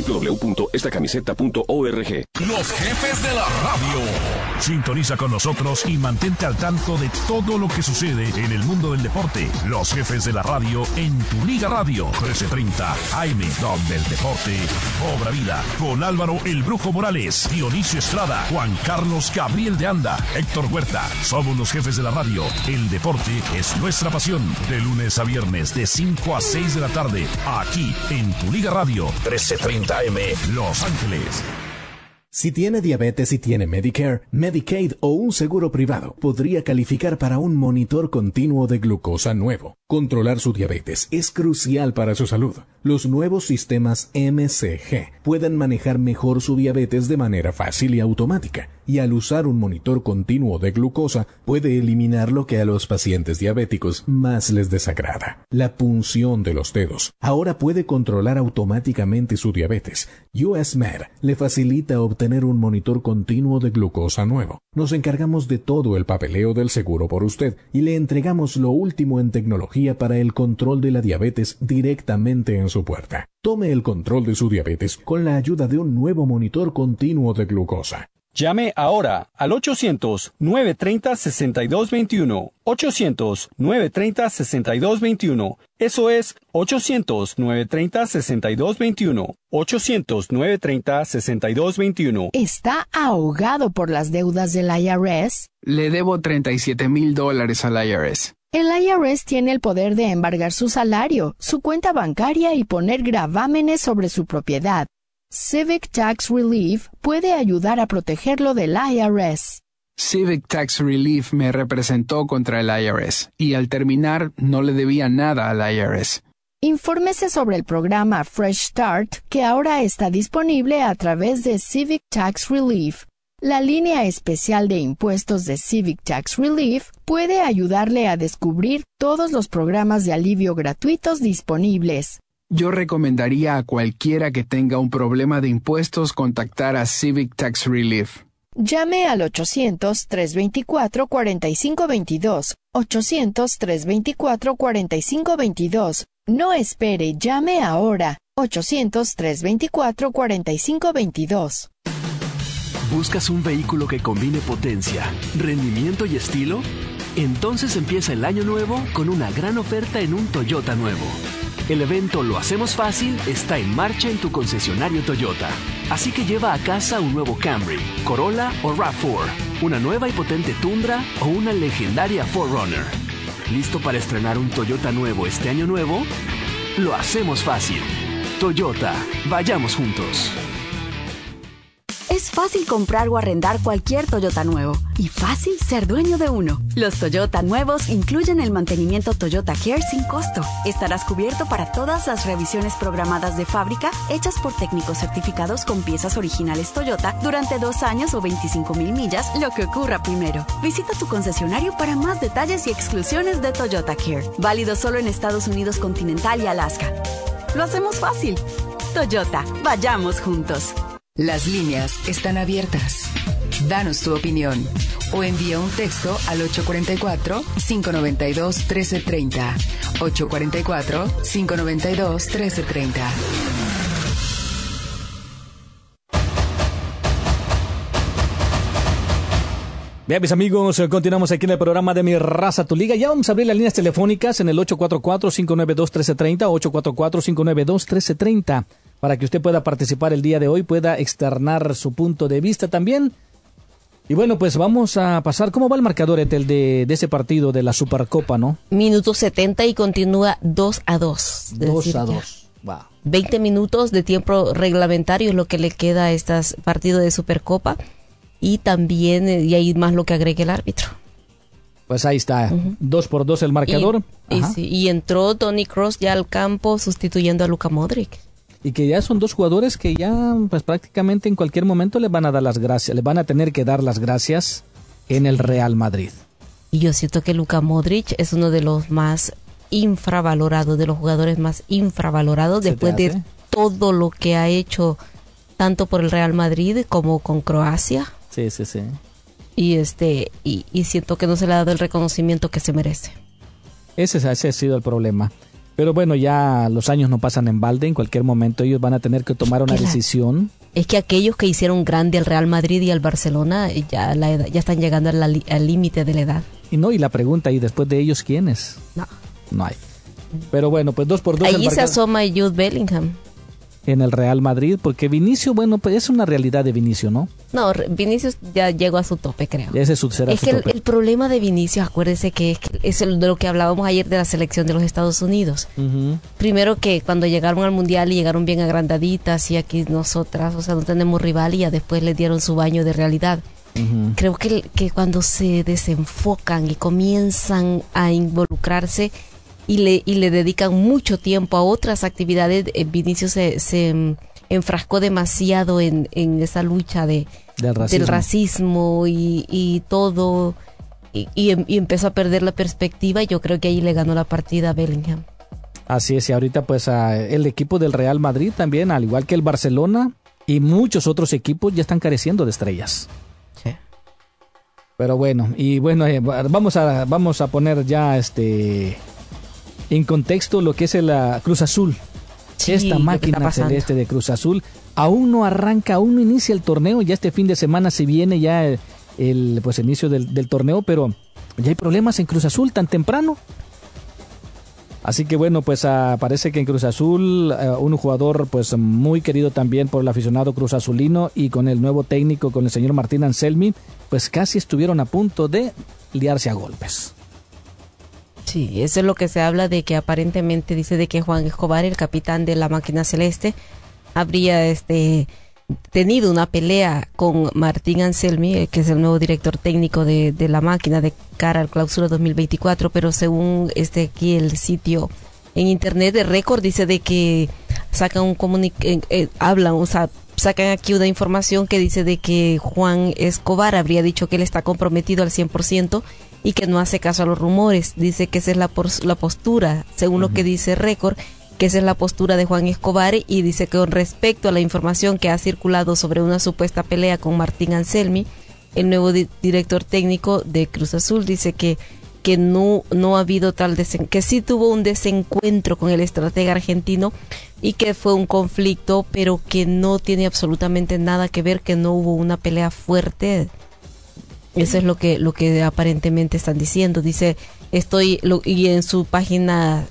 www.estacamiseta.org. Los jefes de la radio. Sintoniza con nosotros y mantente al tanto de todo lo que sucede en el mundo del deporte. Los jefes de la radio en Tu Liga Radio 1330 AM, donde el deporte cobra vida. Con Álvaro El Brujo Morales, Dionisio Estrada, Juan Carlos Gabriel de Anda, Héctor Huerta. Somos los jefes de la radio. El deporte es nuestra pasión. De lunes a viernes de 5 a 6 de la tarde, aquí en Tu Liga Radio 1330 AM, Los Ángeles. Si tiene diabetes y tiene Medicare, Medicaid o un seguro privado, podría calificar para un monitor continuo de glucosa nuevo. Controlar su diabetes es crucial para su salud. Los nuevos sistemas MCG pueden manejar mejor su diabetes de manera fácil y automática, y al usar un monitor continuo de glucosa puede eliminar lo que a los pacientes diabéticos más les desagrada: la punción de los dedos. Ahora puede controlar automáticamente su diabetes. US Med le facilita obtener un monitor continuo de glucosa nuevo. Nos encargamos de todo el papeleo del seguro por usted y le entregamos lo último en tecnología para el control de la diabetes directamente en su puerta. Tome el control de su diabetes con la ayuda de un nuevo monitor continuo de glucosa. Llame ahora al 800-930-6221. 800-930-6221. Eso es 800-930-6221. 800-930-6221. ¿Está ahogado por las deudas del IRS? Le debo $37,000 al IRS. El IRS tiene el poder de embargar su salario, su cuenta bancaria y poner gravámenes sobre su propiedad. Civic Tax Relief puede ayudar a protegerlo del IRS. Civic Tax Relief me representó contra el IRS y al terminar no le debía nada al IRS. Infórmese sobre el programa Fresh Start que ahora está disponible a través de Civic Tax Relief. La línea especial de impuestos de Civic Tax Relief puede ayudarle a descubrir todos los programas de alivio gratuitos disponibles. Yo recomendaría a cualquiera que tenga un problema de impuestos contactar a Civic Tax Relief. Llame al 800-324-4522. 800-324-4522. No espere, llame ahora. 800-324-4522. ¿Buscas un vehículo que combine potencia, rendimiento y estilo? Entonces empieza el año nuevo con una gran oferta en un Toyota nuevo. El evento Lo Hacemos Fácil está en marcha en tu concesionario Toyota. Así que lleva a casa un nuevo Camry, Corolla o RAV4, una nueva y potente Tundra o una legendaria 4Runner. ¿Listo para estrenar un Toyota nuevo este año nuevo? Lo hacemos fácil. Toyota, vayamos juntos. Es fácil comprar o arrendar cualquier Toyota nuevo y fácil ser dueño de uno. Los Toyota nuevos incluyen el mantenimiento Toyota Care sin costo. Estarás cubierto para todas las revisiones programadas de fábrica hechas por técnicos certificados con piezas originales Toyota durante 2 años o 25,000 millas, lo que ocurra primero. Visita tu concesionario para más detalles y exclusiones de Toyota Care. Válido solo en Estados Unidos continental y Alaska. Lo hacemos fácil. Toyota, vayamos juntos. Las líneas están abiertas. Danos tu opinión o envía un texto al 844-592-1330. 844-592-1330. Bien, mis amigos, continuamos aquí en el programa de Mi Raza, Tu Liga. Ya vamos a abrir las líneas telefónicas en el 844-592-1330, 844-592-1330, para que usted pueda participar el día de hoy, pueda externar su punto de vista también. Y bueno, pues vamos a pasar. ¿Cómo va el marcador, Etel, de ese partido de la Supercopa, no? Minuto 70 y continúa 2-2. 2-2. Wow. 20 minutos de tiempo reglamentario es lo que le queda a este partido de Supercopa. Y también, y ahí más lo que agregue el árbitro. Pues ahí está, 2-2 el marcador. Y entró Toni Kroos ya al campo sustituyendo a Luka Modric. Y que ya son dos jugadores que ya pues prácticamente en cualquier momento les van a dar las gracias, les van a tener que dar las gracias en el Real Madrid. Y yo siento que Luka Modric es uno de los más infravalorados, de los jugadores más infravalorados después de todo lo que ha hecho tanto por el Real Madrid como con Croacia. Sí. Y siento que no se le ha dado el reconocimiento que se merece. Ese ha sido el problema. Pero bueno, ya los años no pasan en balde. En cualquier momento ellos van a tener que tomar una decisión. Es que aquellos que hicieron grande al Real Madrid y al Barcelona ya están llegando al límite de la edad. Y la pregunta, ¿y después de ellos quiénes? No hay. Pero bueno, pues 2-2. Allí se asoma Jude Bellingham. En el Real Madrid, porque Vinicius, bueno, pues es una realidad de Vinicius, ¿no? No, Vinicius ya llegó a su tope, creo. Ese será su tope. El problema de Vinicius, acuérdese que es de lo que hablábamos ayer de la selección de los Estados Unidos. Uh-huh. Primero que cuando llegaron al Mundial y llegaron bien agrandaditas y aquí nosotras, o sea, no tenemos rival y ya después les dieron su baño de realidad. Uh-huh. Creo que cuando se desenfocan y comienzan a involucrarse y le dedican mucho tiempo a otras actividades, Vinicius se enfrascó demasiado en esa lucha del racismo y todo, y empezó a perder la perspectiva, y yo creo que ahí le ganó la partida a Bellingham. Así es, y ahorita pues el equipo del Real Madrid también, al igual que el Barcelona y muchos otros equipos, ya están careciendo de estrellas. Sí. Pero bueno, vamos a poner ya en contexto lo que es el Cruz Azul. Sí, esta máquina celeste de Cruz Azul aún no arranca, aún no inicia el torneo. Ya este fin de semana se viene ya el inicio del torneo, pero ya hay problemas en Cruz Azul tan temprano. Así que bueno, pues parece que en Cruz Azul un jugador pues muy querido también por el aficionado Cruz Azulino, y con el nuevo técnico, con el señor Martín Anselmi, pues casi estuvieron a punto de liarse a golpes. Sí, eso es lo que se habla, de que aparentemente dice de que Juan Escobar, el capitán de la máquina celeste, habría tenido una pelea con Martín Anselmi, que es el nuevo director técnico de la máquina de cara al clausura 2024, pero según aquí el sitio en internet de Récord dice de que sacan sacan aquí una información que dice de que Juan Escobar habría dicho que él está comprometido al 100% y que no hace caso a los rumores. Dice que esa es la postura, según lo que dice Récord, que esa es la postura de Juan Escobar, y dice que con respecto a la información que ha circulado sobre una supuesta pelea con Martín Anselmi, el nuevo director técnico de Cruz Azul, dice que no ha habido que sí tuvo un desencuentro con el estratega argentino y que fue un conflicto, pero que no tiene absolutamente nada que ver, que no hubo una pelea fuerte. Eso es lo que aparentemente están diciendo. Dice, y en su página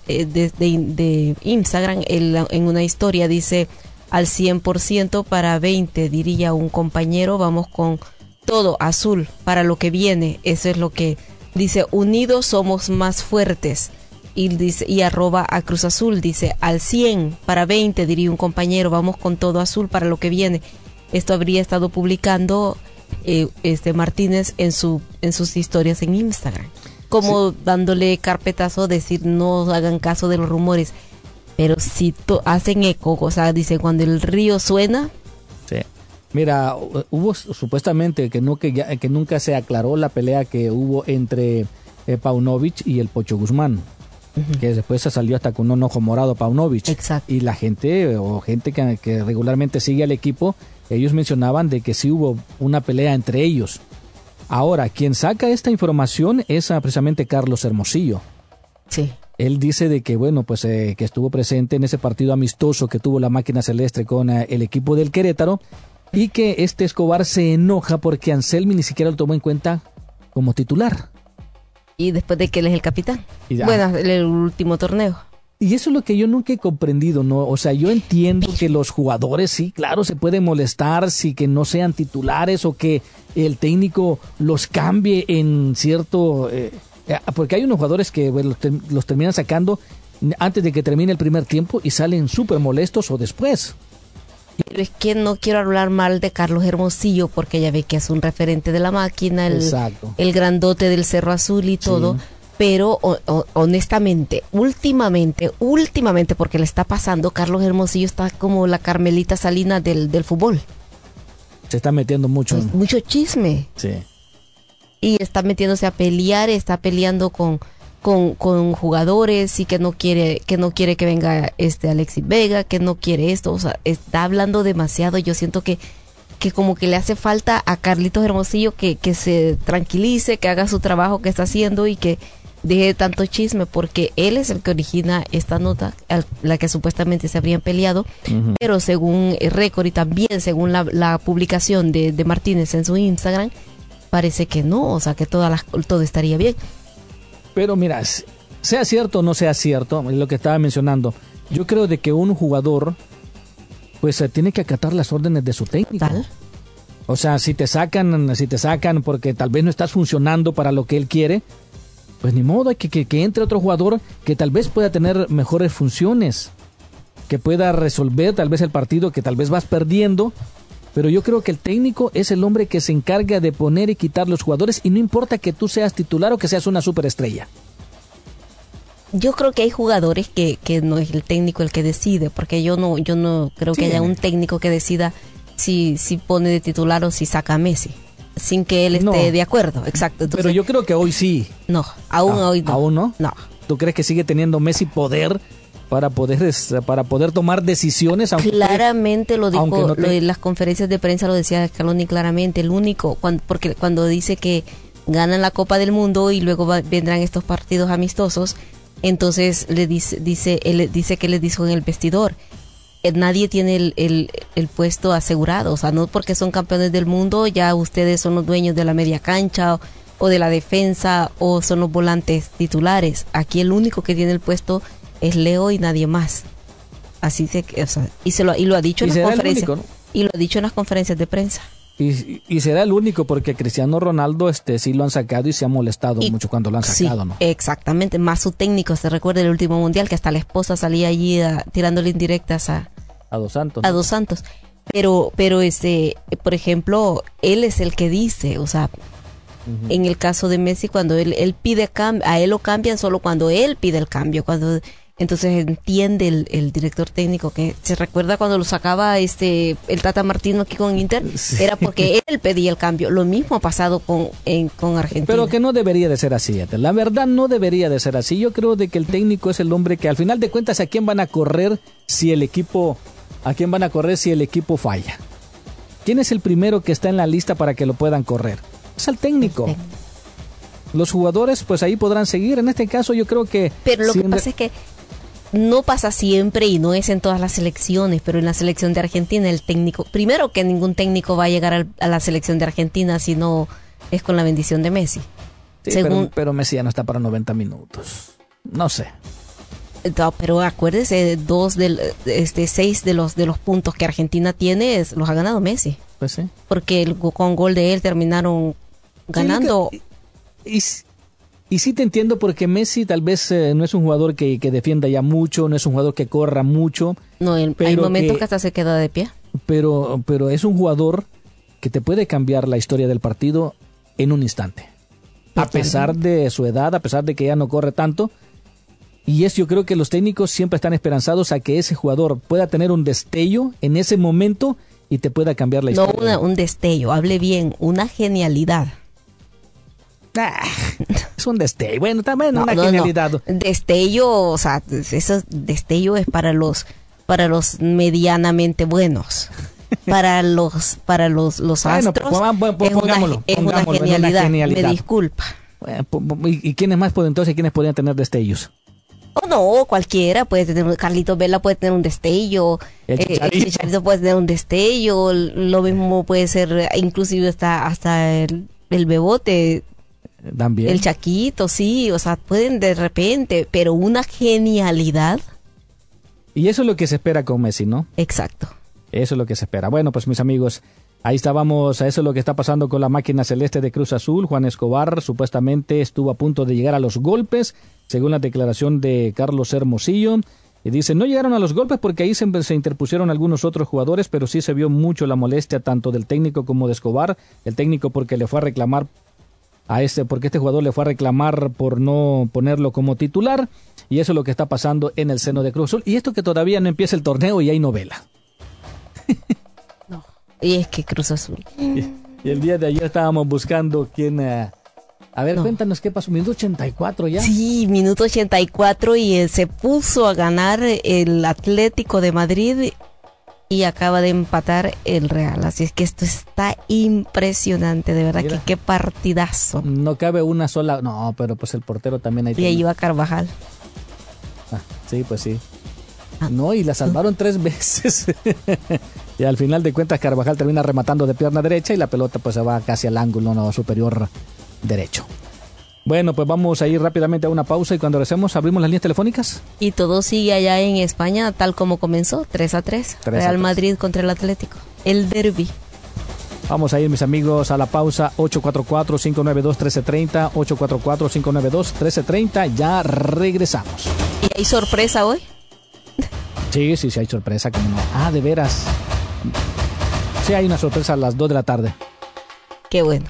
de Instagram, en una historia dice, al 100% para 20, diría un compañero, vamos con todo azul para lo que viene. Eso es lo que dice, unidos somos más fuertes. Y dice, y arroba a Cruz Azul, dice, al 100 para 20, diría un compañero, vamos con todo azul para lo que viene. Esto habría estado publicando Martínez en sus historias en Instagram, como sí, dándole carpetazo, decir no hagan caso de los rumores, pero si hacen eco, o sea, dice, cuando el río suena. Sí. Mira, hubo supuestamente que nunca se aclaró la pelea que hubo entre Paunovic y el Pocho Guzmán, que después se salió hasta con un ojo morado Paunovic. Exacto. Y la gente que regularmente sigue al equipo, ellos mencionaban de que sí hubo una pelea entre ellos. Ahora, quien saca esta información es precisamente Carlos Hermosillo. Sí. Él dice de que, bueno, pues que estuvo presente en ese partido amistoso que tuvo la máquina celeste con el equipo del Querétaro, y que Escobar se enoja porque Anselmi ni siquiera lo tomó en cuenta como titular. Y después de que él es el capitán. Bueno, el último torneo. Y eso es lo que yo nunca he comprendido, ¿no? O sea, yo entiendo que los jugadores, sí, claro, se pueden molestar si que no sean titulares o que el técnico los cambie en cierto... porque hay unos jugadores que los terminan sacando antes de que termine el primer tiempo y salen súper molestos o después. Pero es que no quiero hablar mal de Carlos Hermosillo, porque ya ve que es un referente de la máquina, el grandote del Cerro Azul y todo. Sí. Pero honestamente, últimamente, porque le está pasando, Carlos Hermosillo está como la Carmelita Salinas del fútbol. Se está metiendo mucho chisme. Sí. Y está metiéndose a pelear, está peleando con jugadores, y que no quiere que venga Alexis Vega, que no quiere esto, o sea, está hablando demasiado. Yo siento que como que le hace falta a Carlitos Hermosillo que se tranquilice, que haga su trabajo que está haciendo y que deje tanto chisme, porque él es el que origina esta nota, la que supuestamente se habrían peleado, pero según el Récord y también según la publicación de Martínez en su Instagram, parece que no, o sea, que todo estaría bien. Pero mira, sea cierto o no sea cierto, lo que estaba mencionando, yo creo de que un jugador pues tiene que acatar las órdenes de su técnico. ¿Tal? O sea, si te sacan porque tal vez no estás funcionando para lo que él quiere, pues ni modo, hay que entre otro jugador que tal vez pueda tener mejores funciones, que pueda resolver tal vez el partido que tal vez vas perdiendo. Pero yo creo que el técnico es el hombre que se encarga de poner y quitar los jugadores, y no importa que tú seas titular o que seas una superestrella. Yo creo que hay jugadores que no es el técnico el que decide, porque yo no creo que haya un técnico que decida si pone de titular o si saca a Messi, sin que él esté de acuerdo. Exacto. Entonces, pero yo creo que hoy sí. No, hoy no. ¿Aún no? No. ¿Tú crees que sigue teniendo Messi poder para poder tomar decisiones? Claramente lo dijo, en las conferencias de prensa lo decía Scaloni claramente, el único, porque cuando dice que ganan la Copa del Mundo y luego vendrán estos partidos amistosos, Entonces él dice que les dijo en el vestidor, nadie tiene el puesto asegurado, o sea, no porque son campeones del mundo, ya ustedes son los dueños de la media cancha o de la defensa o son los volantes titulares. Aquí el único que tiene el puesto es Leo y nadie más. Así o sea, y lo ha dicho en las conferencias, ¿no? Y lo ha dicho en las conferencias de prensa. Y será el único porque Cristiano Ronaldo sí lo han sacado y se ha molestado mucho cuando lo han sacado, sí, ¿no? Exactamente, más su técnico, se recuerda el último mundial que hasta la esposa salía allí tirándole indirectas a Dos Santos. A Dos Santos. Pero por ejemplo, él es el que dice, o sea, en el caso de Messi, cuando él pide cambio, a él lo cambian solo cuando él pide el cambio, entonces entiende el director técnico que se recuerda cuando lo sacaba el Tata Martino aquí con Inter, sí. Era porque él pedía el cambio. Lo mismo ha pasado con Argentina. Pero que no debería de ser así, la verdad no debería de ser así. Yo creo de que el técnico es el hombre que al final de cuentas a quién van a correr si el equipo falla. ¿Quién es el primero que está en la lista para que lo puedan correr? Es el técnico. Los jugadores pues ahí podrán seguir. En este caso yo creo que... Pero lo que pasa es que no pasa siempre y no es en todas las selecciones, pero en la selección de Argentina el técnico, primero que ningún técnico va a llegar a la selección de Argentina si no es con la bendición de Messi. Sí, pero Messi ya no está para 90 minutos. No sé. No, pero acuérdese, 6 de los puntos que Argentina tiene los ha ganado Messi. Pues sí. Porque con gol de él terminaron ganando. Sí, y sí te entiendo porque Messi tal vez no es un jugador que defienda ya mucho, no es un jugador que corra mucho. No, hay momentos que hasta se queda de pie. Pero es un jugador que te puede cambiar la historia del partido en un instante. A pesar de su edad, a pesar de que ya no corre tanto. Y yo creo que los técnicos siempre están esperanzados a que ese jugador pueda tener un destello en ese momento y te pueda cambiar la historia. No un destello, hable bien, una genialidad. Es un destello, bueno, también una genialidad. No. Destello, o sea, eso destello es para los medianamente buenos. Para los astros es una genialidad. Me disculpa. ¿Y quiénes más pueden quiénes podrían tener destellos? Oh, no, cualquiera puede tener, Carlitos Vela puede tener un destello, el Chicharito puede tener un destello, lo mismo puede ser, inclusive hasta el Bebote, también. El Chaquito, sí, o sea, pueden de repente, pero una genialidad. Y eso es lo que se espera con Messi, ¿no? Exacto. Eso es lo que se espera. Bueno, pues mis amigos, ahí estábamos, a eso es lo que está pasando con la máquina celeste de Cruz Azul. Juan Escobar supuestamente estuvo a punto de llegar a los golpes, según la declaración de Carlos Hermosillo. Y dice, no llegaron a los golpes porque ahí se interpusieron algunos otros jugadores, pero sí se vio mucho la molestia tanto del técnico como de Escobar. El técnico porque le fue a reclamar porque este jugador le fue a reclamar por no ponerlo como titular. Y eso es lo que está pasando en el seno de Cruz Azul. Y esto que todavía no empieza el torneo y hay novela. No, y es que Cruz Azul. Y el día de ayer estábamos buscando quién... A ver, cuéntanos qué pasó. Minuto 84 ya. Sí, minuto 84 y se puso a ganar el Atlético de Madrid y acaba de empatar el Real. Así es que esto está impresionante, de verdad. Mira, que qué partidazo. No cabe una sola... No, pero pues el portero también hay... Y ahí iba Carvajal. Sí, pues sí. No, y la salvaron 3 veces. Y al final de cuentas Carvajal termina rematando de pierna derecha y la pelota pues se va casi al ángulo superior derecho. Bueno, pues vamos a ir rápidamente a una pausa y cuando regresemos abrimos las líneas telefónicas. Y todo sigue allá en España tal como comenzó, 3-3. Real Madrid contra el Atlético. El derbi. Vamos a ir, mis amigos, a la pausa. 844-592-1330, 844-592-1330. Ya regresamos. ¿Y hay sorpresa hoy? Sí, hay sorpresa. Como no. De veras. Sí, hay una sorpresa a las 2 de la tarde. Qué bueno.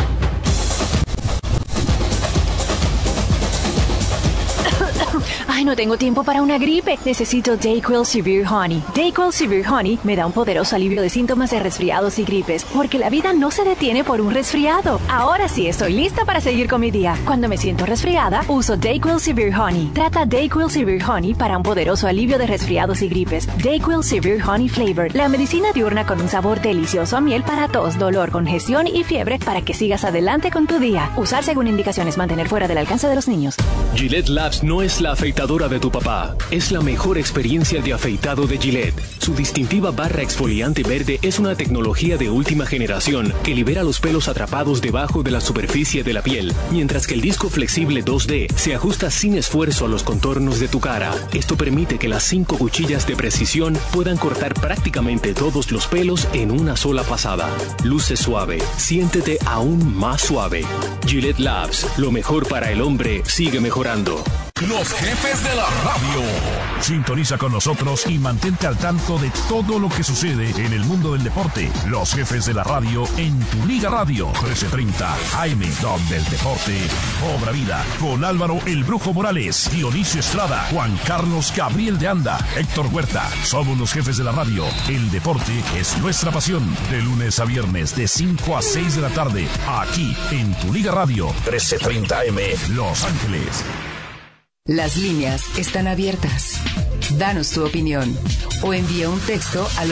Ay, No tengo tiempo para una gripe. Necesito DayQuil Severe Honey. DayQuil Severe Honey me da un poderoso alivio de síntomas de resfriados y gripes, porque la vida no se detiene por un resfriado. Ahora sí estoy lista para seguir con mi día. Cuando me siento resfriada, uso DayQuil Severe Honey. Trata DayQuil Severe Honey para un poderoso alivio de resfriados y gripes. DayQuil Severe Honey Flavor, la medicina diurna con un sabor delicioso a miel para tos, dolor, congestión y fiebre para que sigas adelante con tu día. Usar según indicaciones, mantener fuera del alcance de los niños. Gillette Labs no es la afeitadora de tu papá, es la mejor experiencia de afeitado de Gillette. Su distintiva barra exfoliante verde es una tecnología de última generación que libera los pelos atrapados debajo de la superficie de la piel, mientras que el disco flexible 2D se ajusta sin esfuerzo a los contornos de tu cara. Esto permite que las 5 cuchillas de precisión puedan cortar prácticamente todos los pelos en una sola pasada. Luce suave, siéntete aún más suave. Gillette Labs, lo mejor para el hombre sigue mejorando. Los jefes de la radio. Sintoniza con nosotros y mantente al tanto de todo lo que sucede en el mundo del deporte. Los jefes de la radio en tu Liga Radio 1330 AM, donde el deporte cobra vida. Con Álvaro El Brujo Morales, Dionisio Estrada, Juan Carlos Gabriel de Anda, Héctor Huerta. Somos los jefes de la radio. El deporte es nuestra pasión. De lunes a viernes de 5 a 6 de la tarde, aquí en tu Liga Radio 1330 AM, Los Ángeles. Las líneas están abiertas. Danos tu opinión o envía un texto al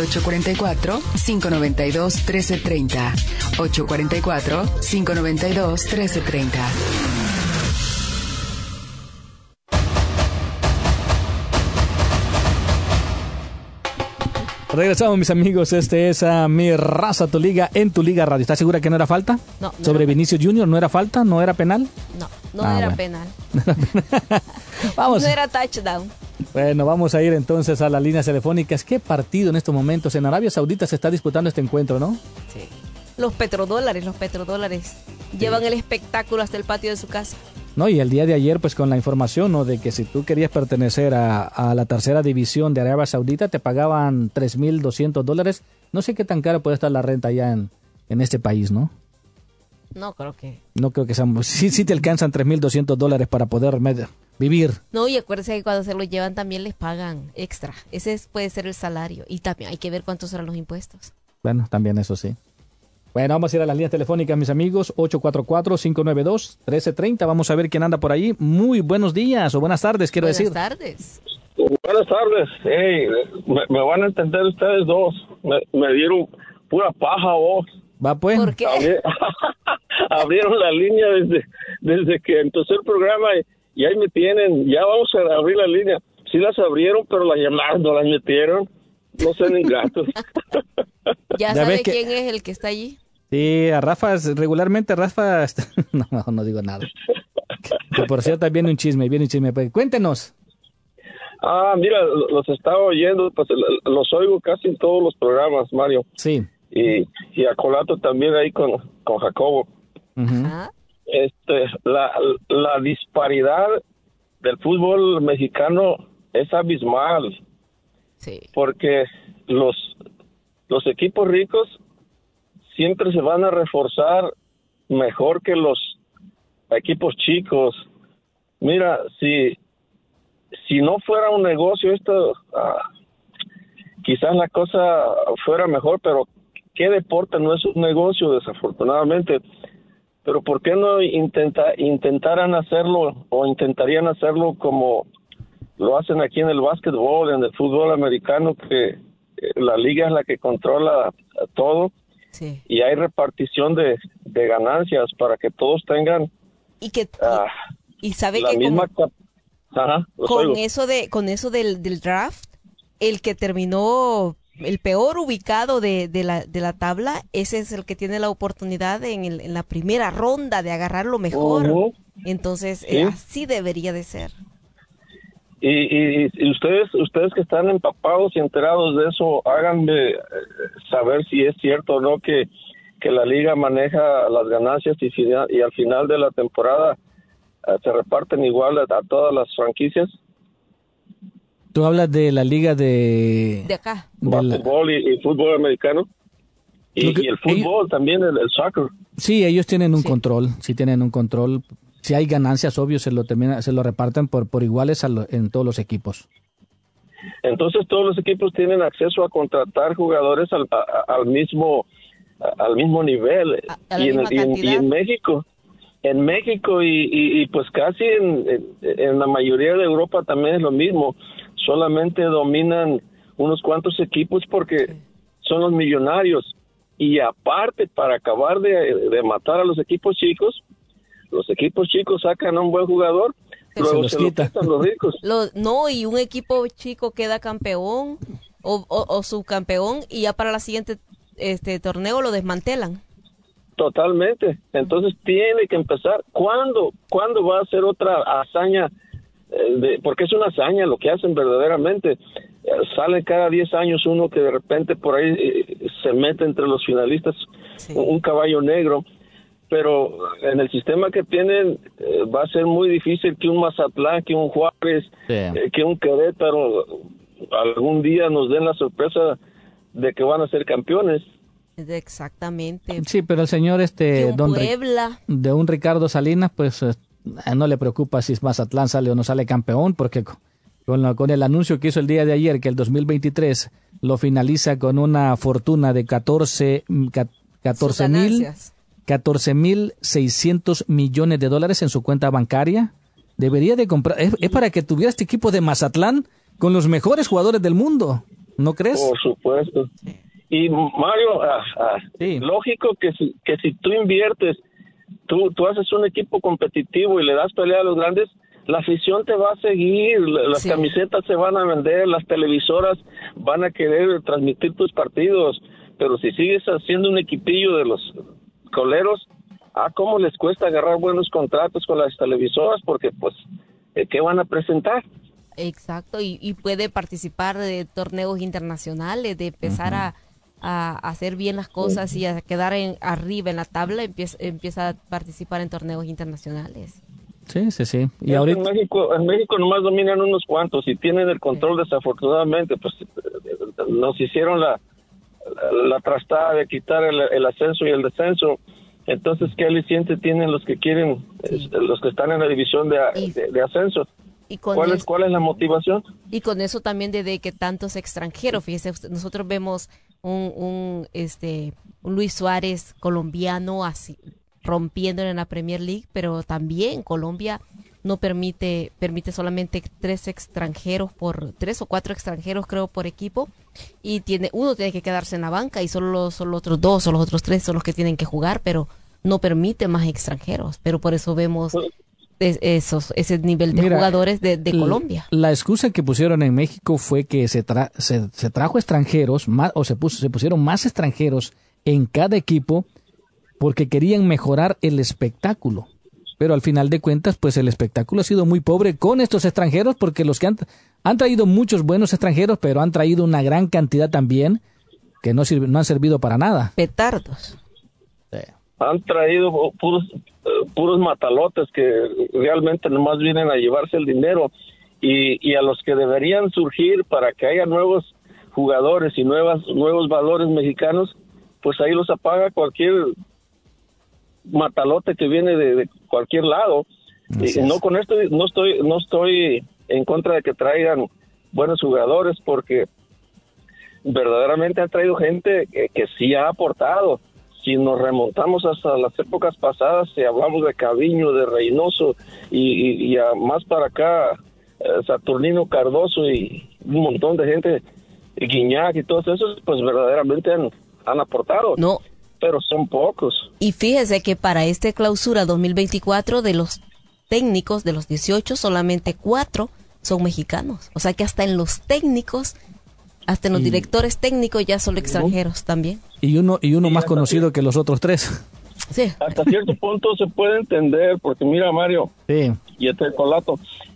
844-592-1330. 844-592-1330. Regresamos, mis amigos. Este es Mi Raza, tu liga, en tu Liga Radio. ¿Estás segura que no era falta? No. ¿Sobre Vinicius Junior no era falta? ¿No era penal? No era penal. Vamos. No era touchdown. Bueno, vamos a ir entonces a las líneas telefónicas. ¿Qué partido en estos momentos? En Arabia Saudita se está disputando este encuentro, ¿no? Sí. Los petrodólares. Llevan el espectáculo hasta el patio de su casa. No, y el día de ayer, pues con la información, ¿no?, de que si tú querías pertenecer a la tercera división de Arabia Saudita, te pagaban $3,200. No sé qué tan cara puede estar la renta allá en este país, ¿no? No creo que sea. Sí te alcanzan $3,200 para poder vivir. No, y acuérdense que cuando se lo llevan también les pagan extra. Ese puede ser el salario. Y también hay que ver cuántos serán los impuestos. Bueno, también eso sí. Bueno, vamos a ir a las líneas telefónicas, mis amigos. 844-592-1330. Vamos a ver quién anda por ahí. Muy buenos días o buenas tardes, quiero decir. Buenas tardes. Buenas tardes. Hey, me van a entender ustedes dos. Me dieron pura paja vos. Va pues. ¿Por qué? Abrieron la línea desde que empezó el programa y ahí me tienen. Ya vamos a abrir la línea. Sí las abrieron, pero las llamadas no las metieron. No sean ingratos. ¿Ya sabe quién es el que está allí? Sí, a Rafa, regularmente Rafa... No digo nada. Que por cierto, viene un chisme. Pues, cuéntenos. Mira, los estaba oyendo, pues los oigo casi en todos los programas, Mario. Sí. Y a Colato también ahí con Jacobo. Uh-huh. La disparidad del fútbol mexicano es abismal. Sí. Porque los equipos ricos siempre se van a reforzar mejor que los equipos chicos. Mira, si no fuera un negocio esto, quizás la cosa fuera mejor, pero ¿qué deporte no es un negocio, desafortunadamente? Pero ¿por qué no intentarían hacerlo como lo hacen aquí en el básquetbol, en el fútbol americano, que la liga es la que controla todo? Sí. Y hay repartición de ganancias para que todos tengan y sabe la que misma con eso del draft, el que terminó el peor ubicado de la tabla, ese es el que tiene la oportunidad en la primera ronda de agarrar lo mejor. Uh-huh. Entonces, ¿sí? Así debería de ser. Y ustedes que están empapados y enterados de eso, háganme saber si es cierto o no que la liga maneja las ganancias y al final de la temporada se reparten igual a todas las franquicias. Tú hablas de la liga de acá. Básquetbol y fútbol americano. Y el fútbol también, el soccer. Sí, ellos tienen un control. Sí tienen un control. si hay ganancias, obvio, se lo reparten por iguales en todos los equipos. Entonces todos los equipos tienen acceso a contratar jugadores al mismo nivel. Y en México y pues casi en la mayoría de Europa también es lo mismo. Solamente dominan unos cuantos equipos porque son los millonarios. Y aparte, para acabar de matar a los equipos chicos sacan a un buen jugador, luego se lo quitan los ricos. Y un equipo chico queda campeón o subcampeón y ya para la siguiente torneo lo desmantelan. Totalmente. Entonces tiene que empezar. ¿Cuándo va a ser otra hazaña? Porque es una hazaña lo que hacen verdaderamente. Sale cada 10 años uno que de repente por ahí se mete entre los finalistas, un caballo negro. Pero en el sistema que tienen va a ser muy difícil que un Mazatlán, que un Juárez, que un Querétaro algún día nos den la sorpresa de que van a ser campeones. Exactamente. Sí, pero el señor de un Ricardo Salinas, pues no le preocupa si Mazatlán sale o no sale campeón, porque con el anuncio que hizo el día de ayer, que el 2023 lo finaliza con una fortuna de 14,600 millones de dólares en su cuenta bancaria, debería de comprar, es para que tuviera este equipo de Mazatlán con los mejores jugadores del mundo, ¿no crees? Por supuesto. Y Mario, lógico que si tú inviertes, tú haces un equipo competitivo y le das pelea a los grandes, la afición te va a seguir, las camisetas se van a vender, las televisoras van a querer transmitir tus partidos, pero si sigues haciendo un equipillo de los coleros, ¿cómo les cuesta agarrar buenos contratos con las televisoras? Porque pues, ¿qué van a presentar? Exacto, y puede participar de torneos internacionales, de empezar a hacer bien las cosas y a quedar arriba en la tabla, empieza a participar en torneos internacionales. Sí. Y ahorita en México nomás dominan unos cuantos y tienen el control, desafortunadamente, pues nos hicieron la trastada de quitar el ascenso y el descenso. Entonces, ¿qué aliciente tienen los que quieren, los que están en la división de ascenso? ¿Y ¿Cuál es la motivación? Y con eso también de que tantos extranjeros, fíjese, nosotros vemos un Luis Suárez colombiano así rompiendo en la Premier League, pero también Colombia no permite solamente 3 o 4 extranjeros creo por equipo, y uno tiene que quedarse en la banca y solo los otros 2 o los otros 3 son los que tienen que jugar, pero no permite más extranjeros, pero por eso vemos ese nivel de jugadores de Colombia. La excusa que pusieron en México fue que se trajo extranjeros, se pusieron más extranjeros en cada equipo porque querían mejorar el espectáculo. Pero al final de cuentas, pues el espectáculo ha sido muy pobre con estos extranjeros, porque los que han traído muchos buenos extranjeros, pero han traído una gran cantidad también que no han servido para nada. Petardos. Han traído puros matalotes que realmente nomás vienen a llevarse el dinero, y a los que deberían surgir para que haya nuevos jugadores y nuevos valores mexicanos, pues ahí los apaga cualquier matalote que viene de cualquier lado. Y no, con esto no estoy en contra de que traigan buenos jugadores, porque verdaderamente han traído gente que sí ha aportado. Si nos remontamos hasta las épocas pasadas, si hablamos de Caviño, de Reynoso y a más para acá, Saturnino Cardoso y un montón de gente, Guiñac y todos esos, pues verdaderamente han aportado. No. Pero son pocos. Y fíjese que para este clausura 2024, de los técnicos, de los 18, solamente 4 son mexicanos. O sea que hasta en los técnicos, hasta en los directores técnicos ya son extranjeros también. Y uno más conocido que los otros 3. Sí. Hasta cierto punto se puede entender, porque mira, Mario, y Colato,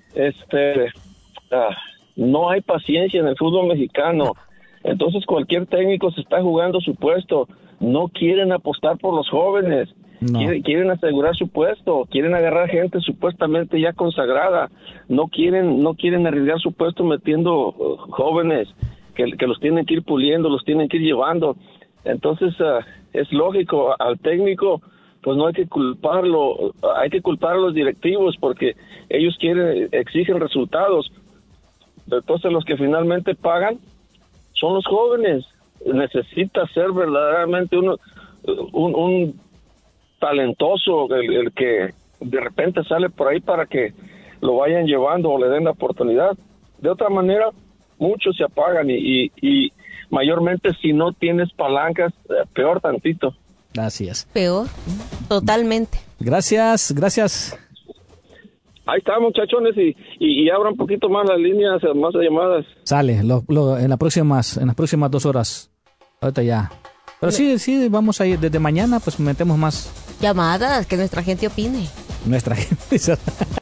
no hay paciencia en el fútbol mexicano. Entonces cualquier técnico se está jugando su puesto. No quieren apostar por los jóvenes, quieren asegurar su puesto, quieren agarrar gente supuestamente ya consagrada, no quieren arriesgar su puesto metiendo jóvenes que los tienen que ir puliendo, los tienen que ir llevando. Entonces es lógico, al técnico pues no hay que culparlo, hay que culpar a los directivos porque ellos exigen resultados. Entonces los que finalmente pagan son los jóvenes. Necesita ser verdaderamente un talentoso el que de repente sale por ahí para que lo vayan llevando o le den la oportunidad. De otra manera, muchos se apagan y mayormente si no tienes palancas, peor tantito. Gracias. Peor, totalmente. Gracias. Ahí está, muchachones, y abran un poquito más las líneas, más llamadas. Sale, en las próximas 2 horas. Ahorita ya. Pero sí, vamos a ir desde mañana, pues metemos más llamadas, que nuestra gente opine. Nuestra gente.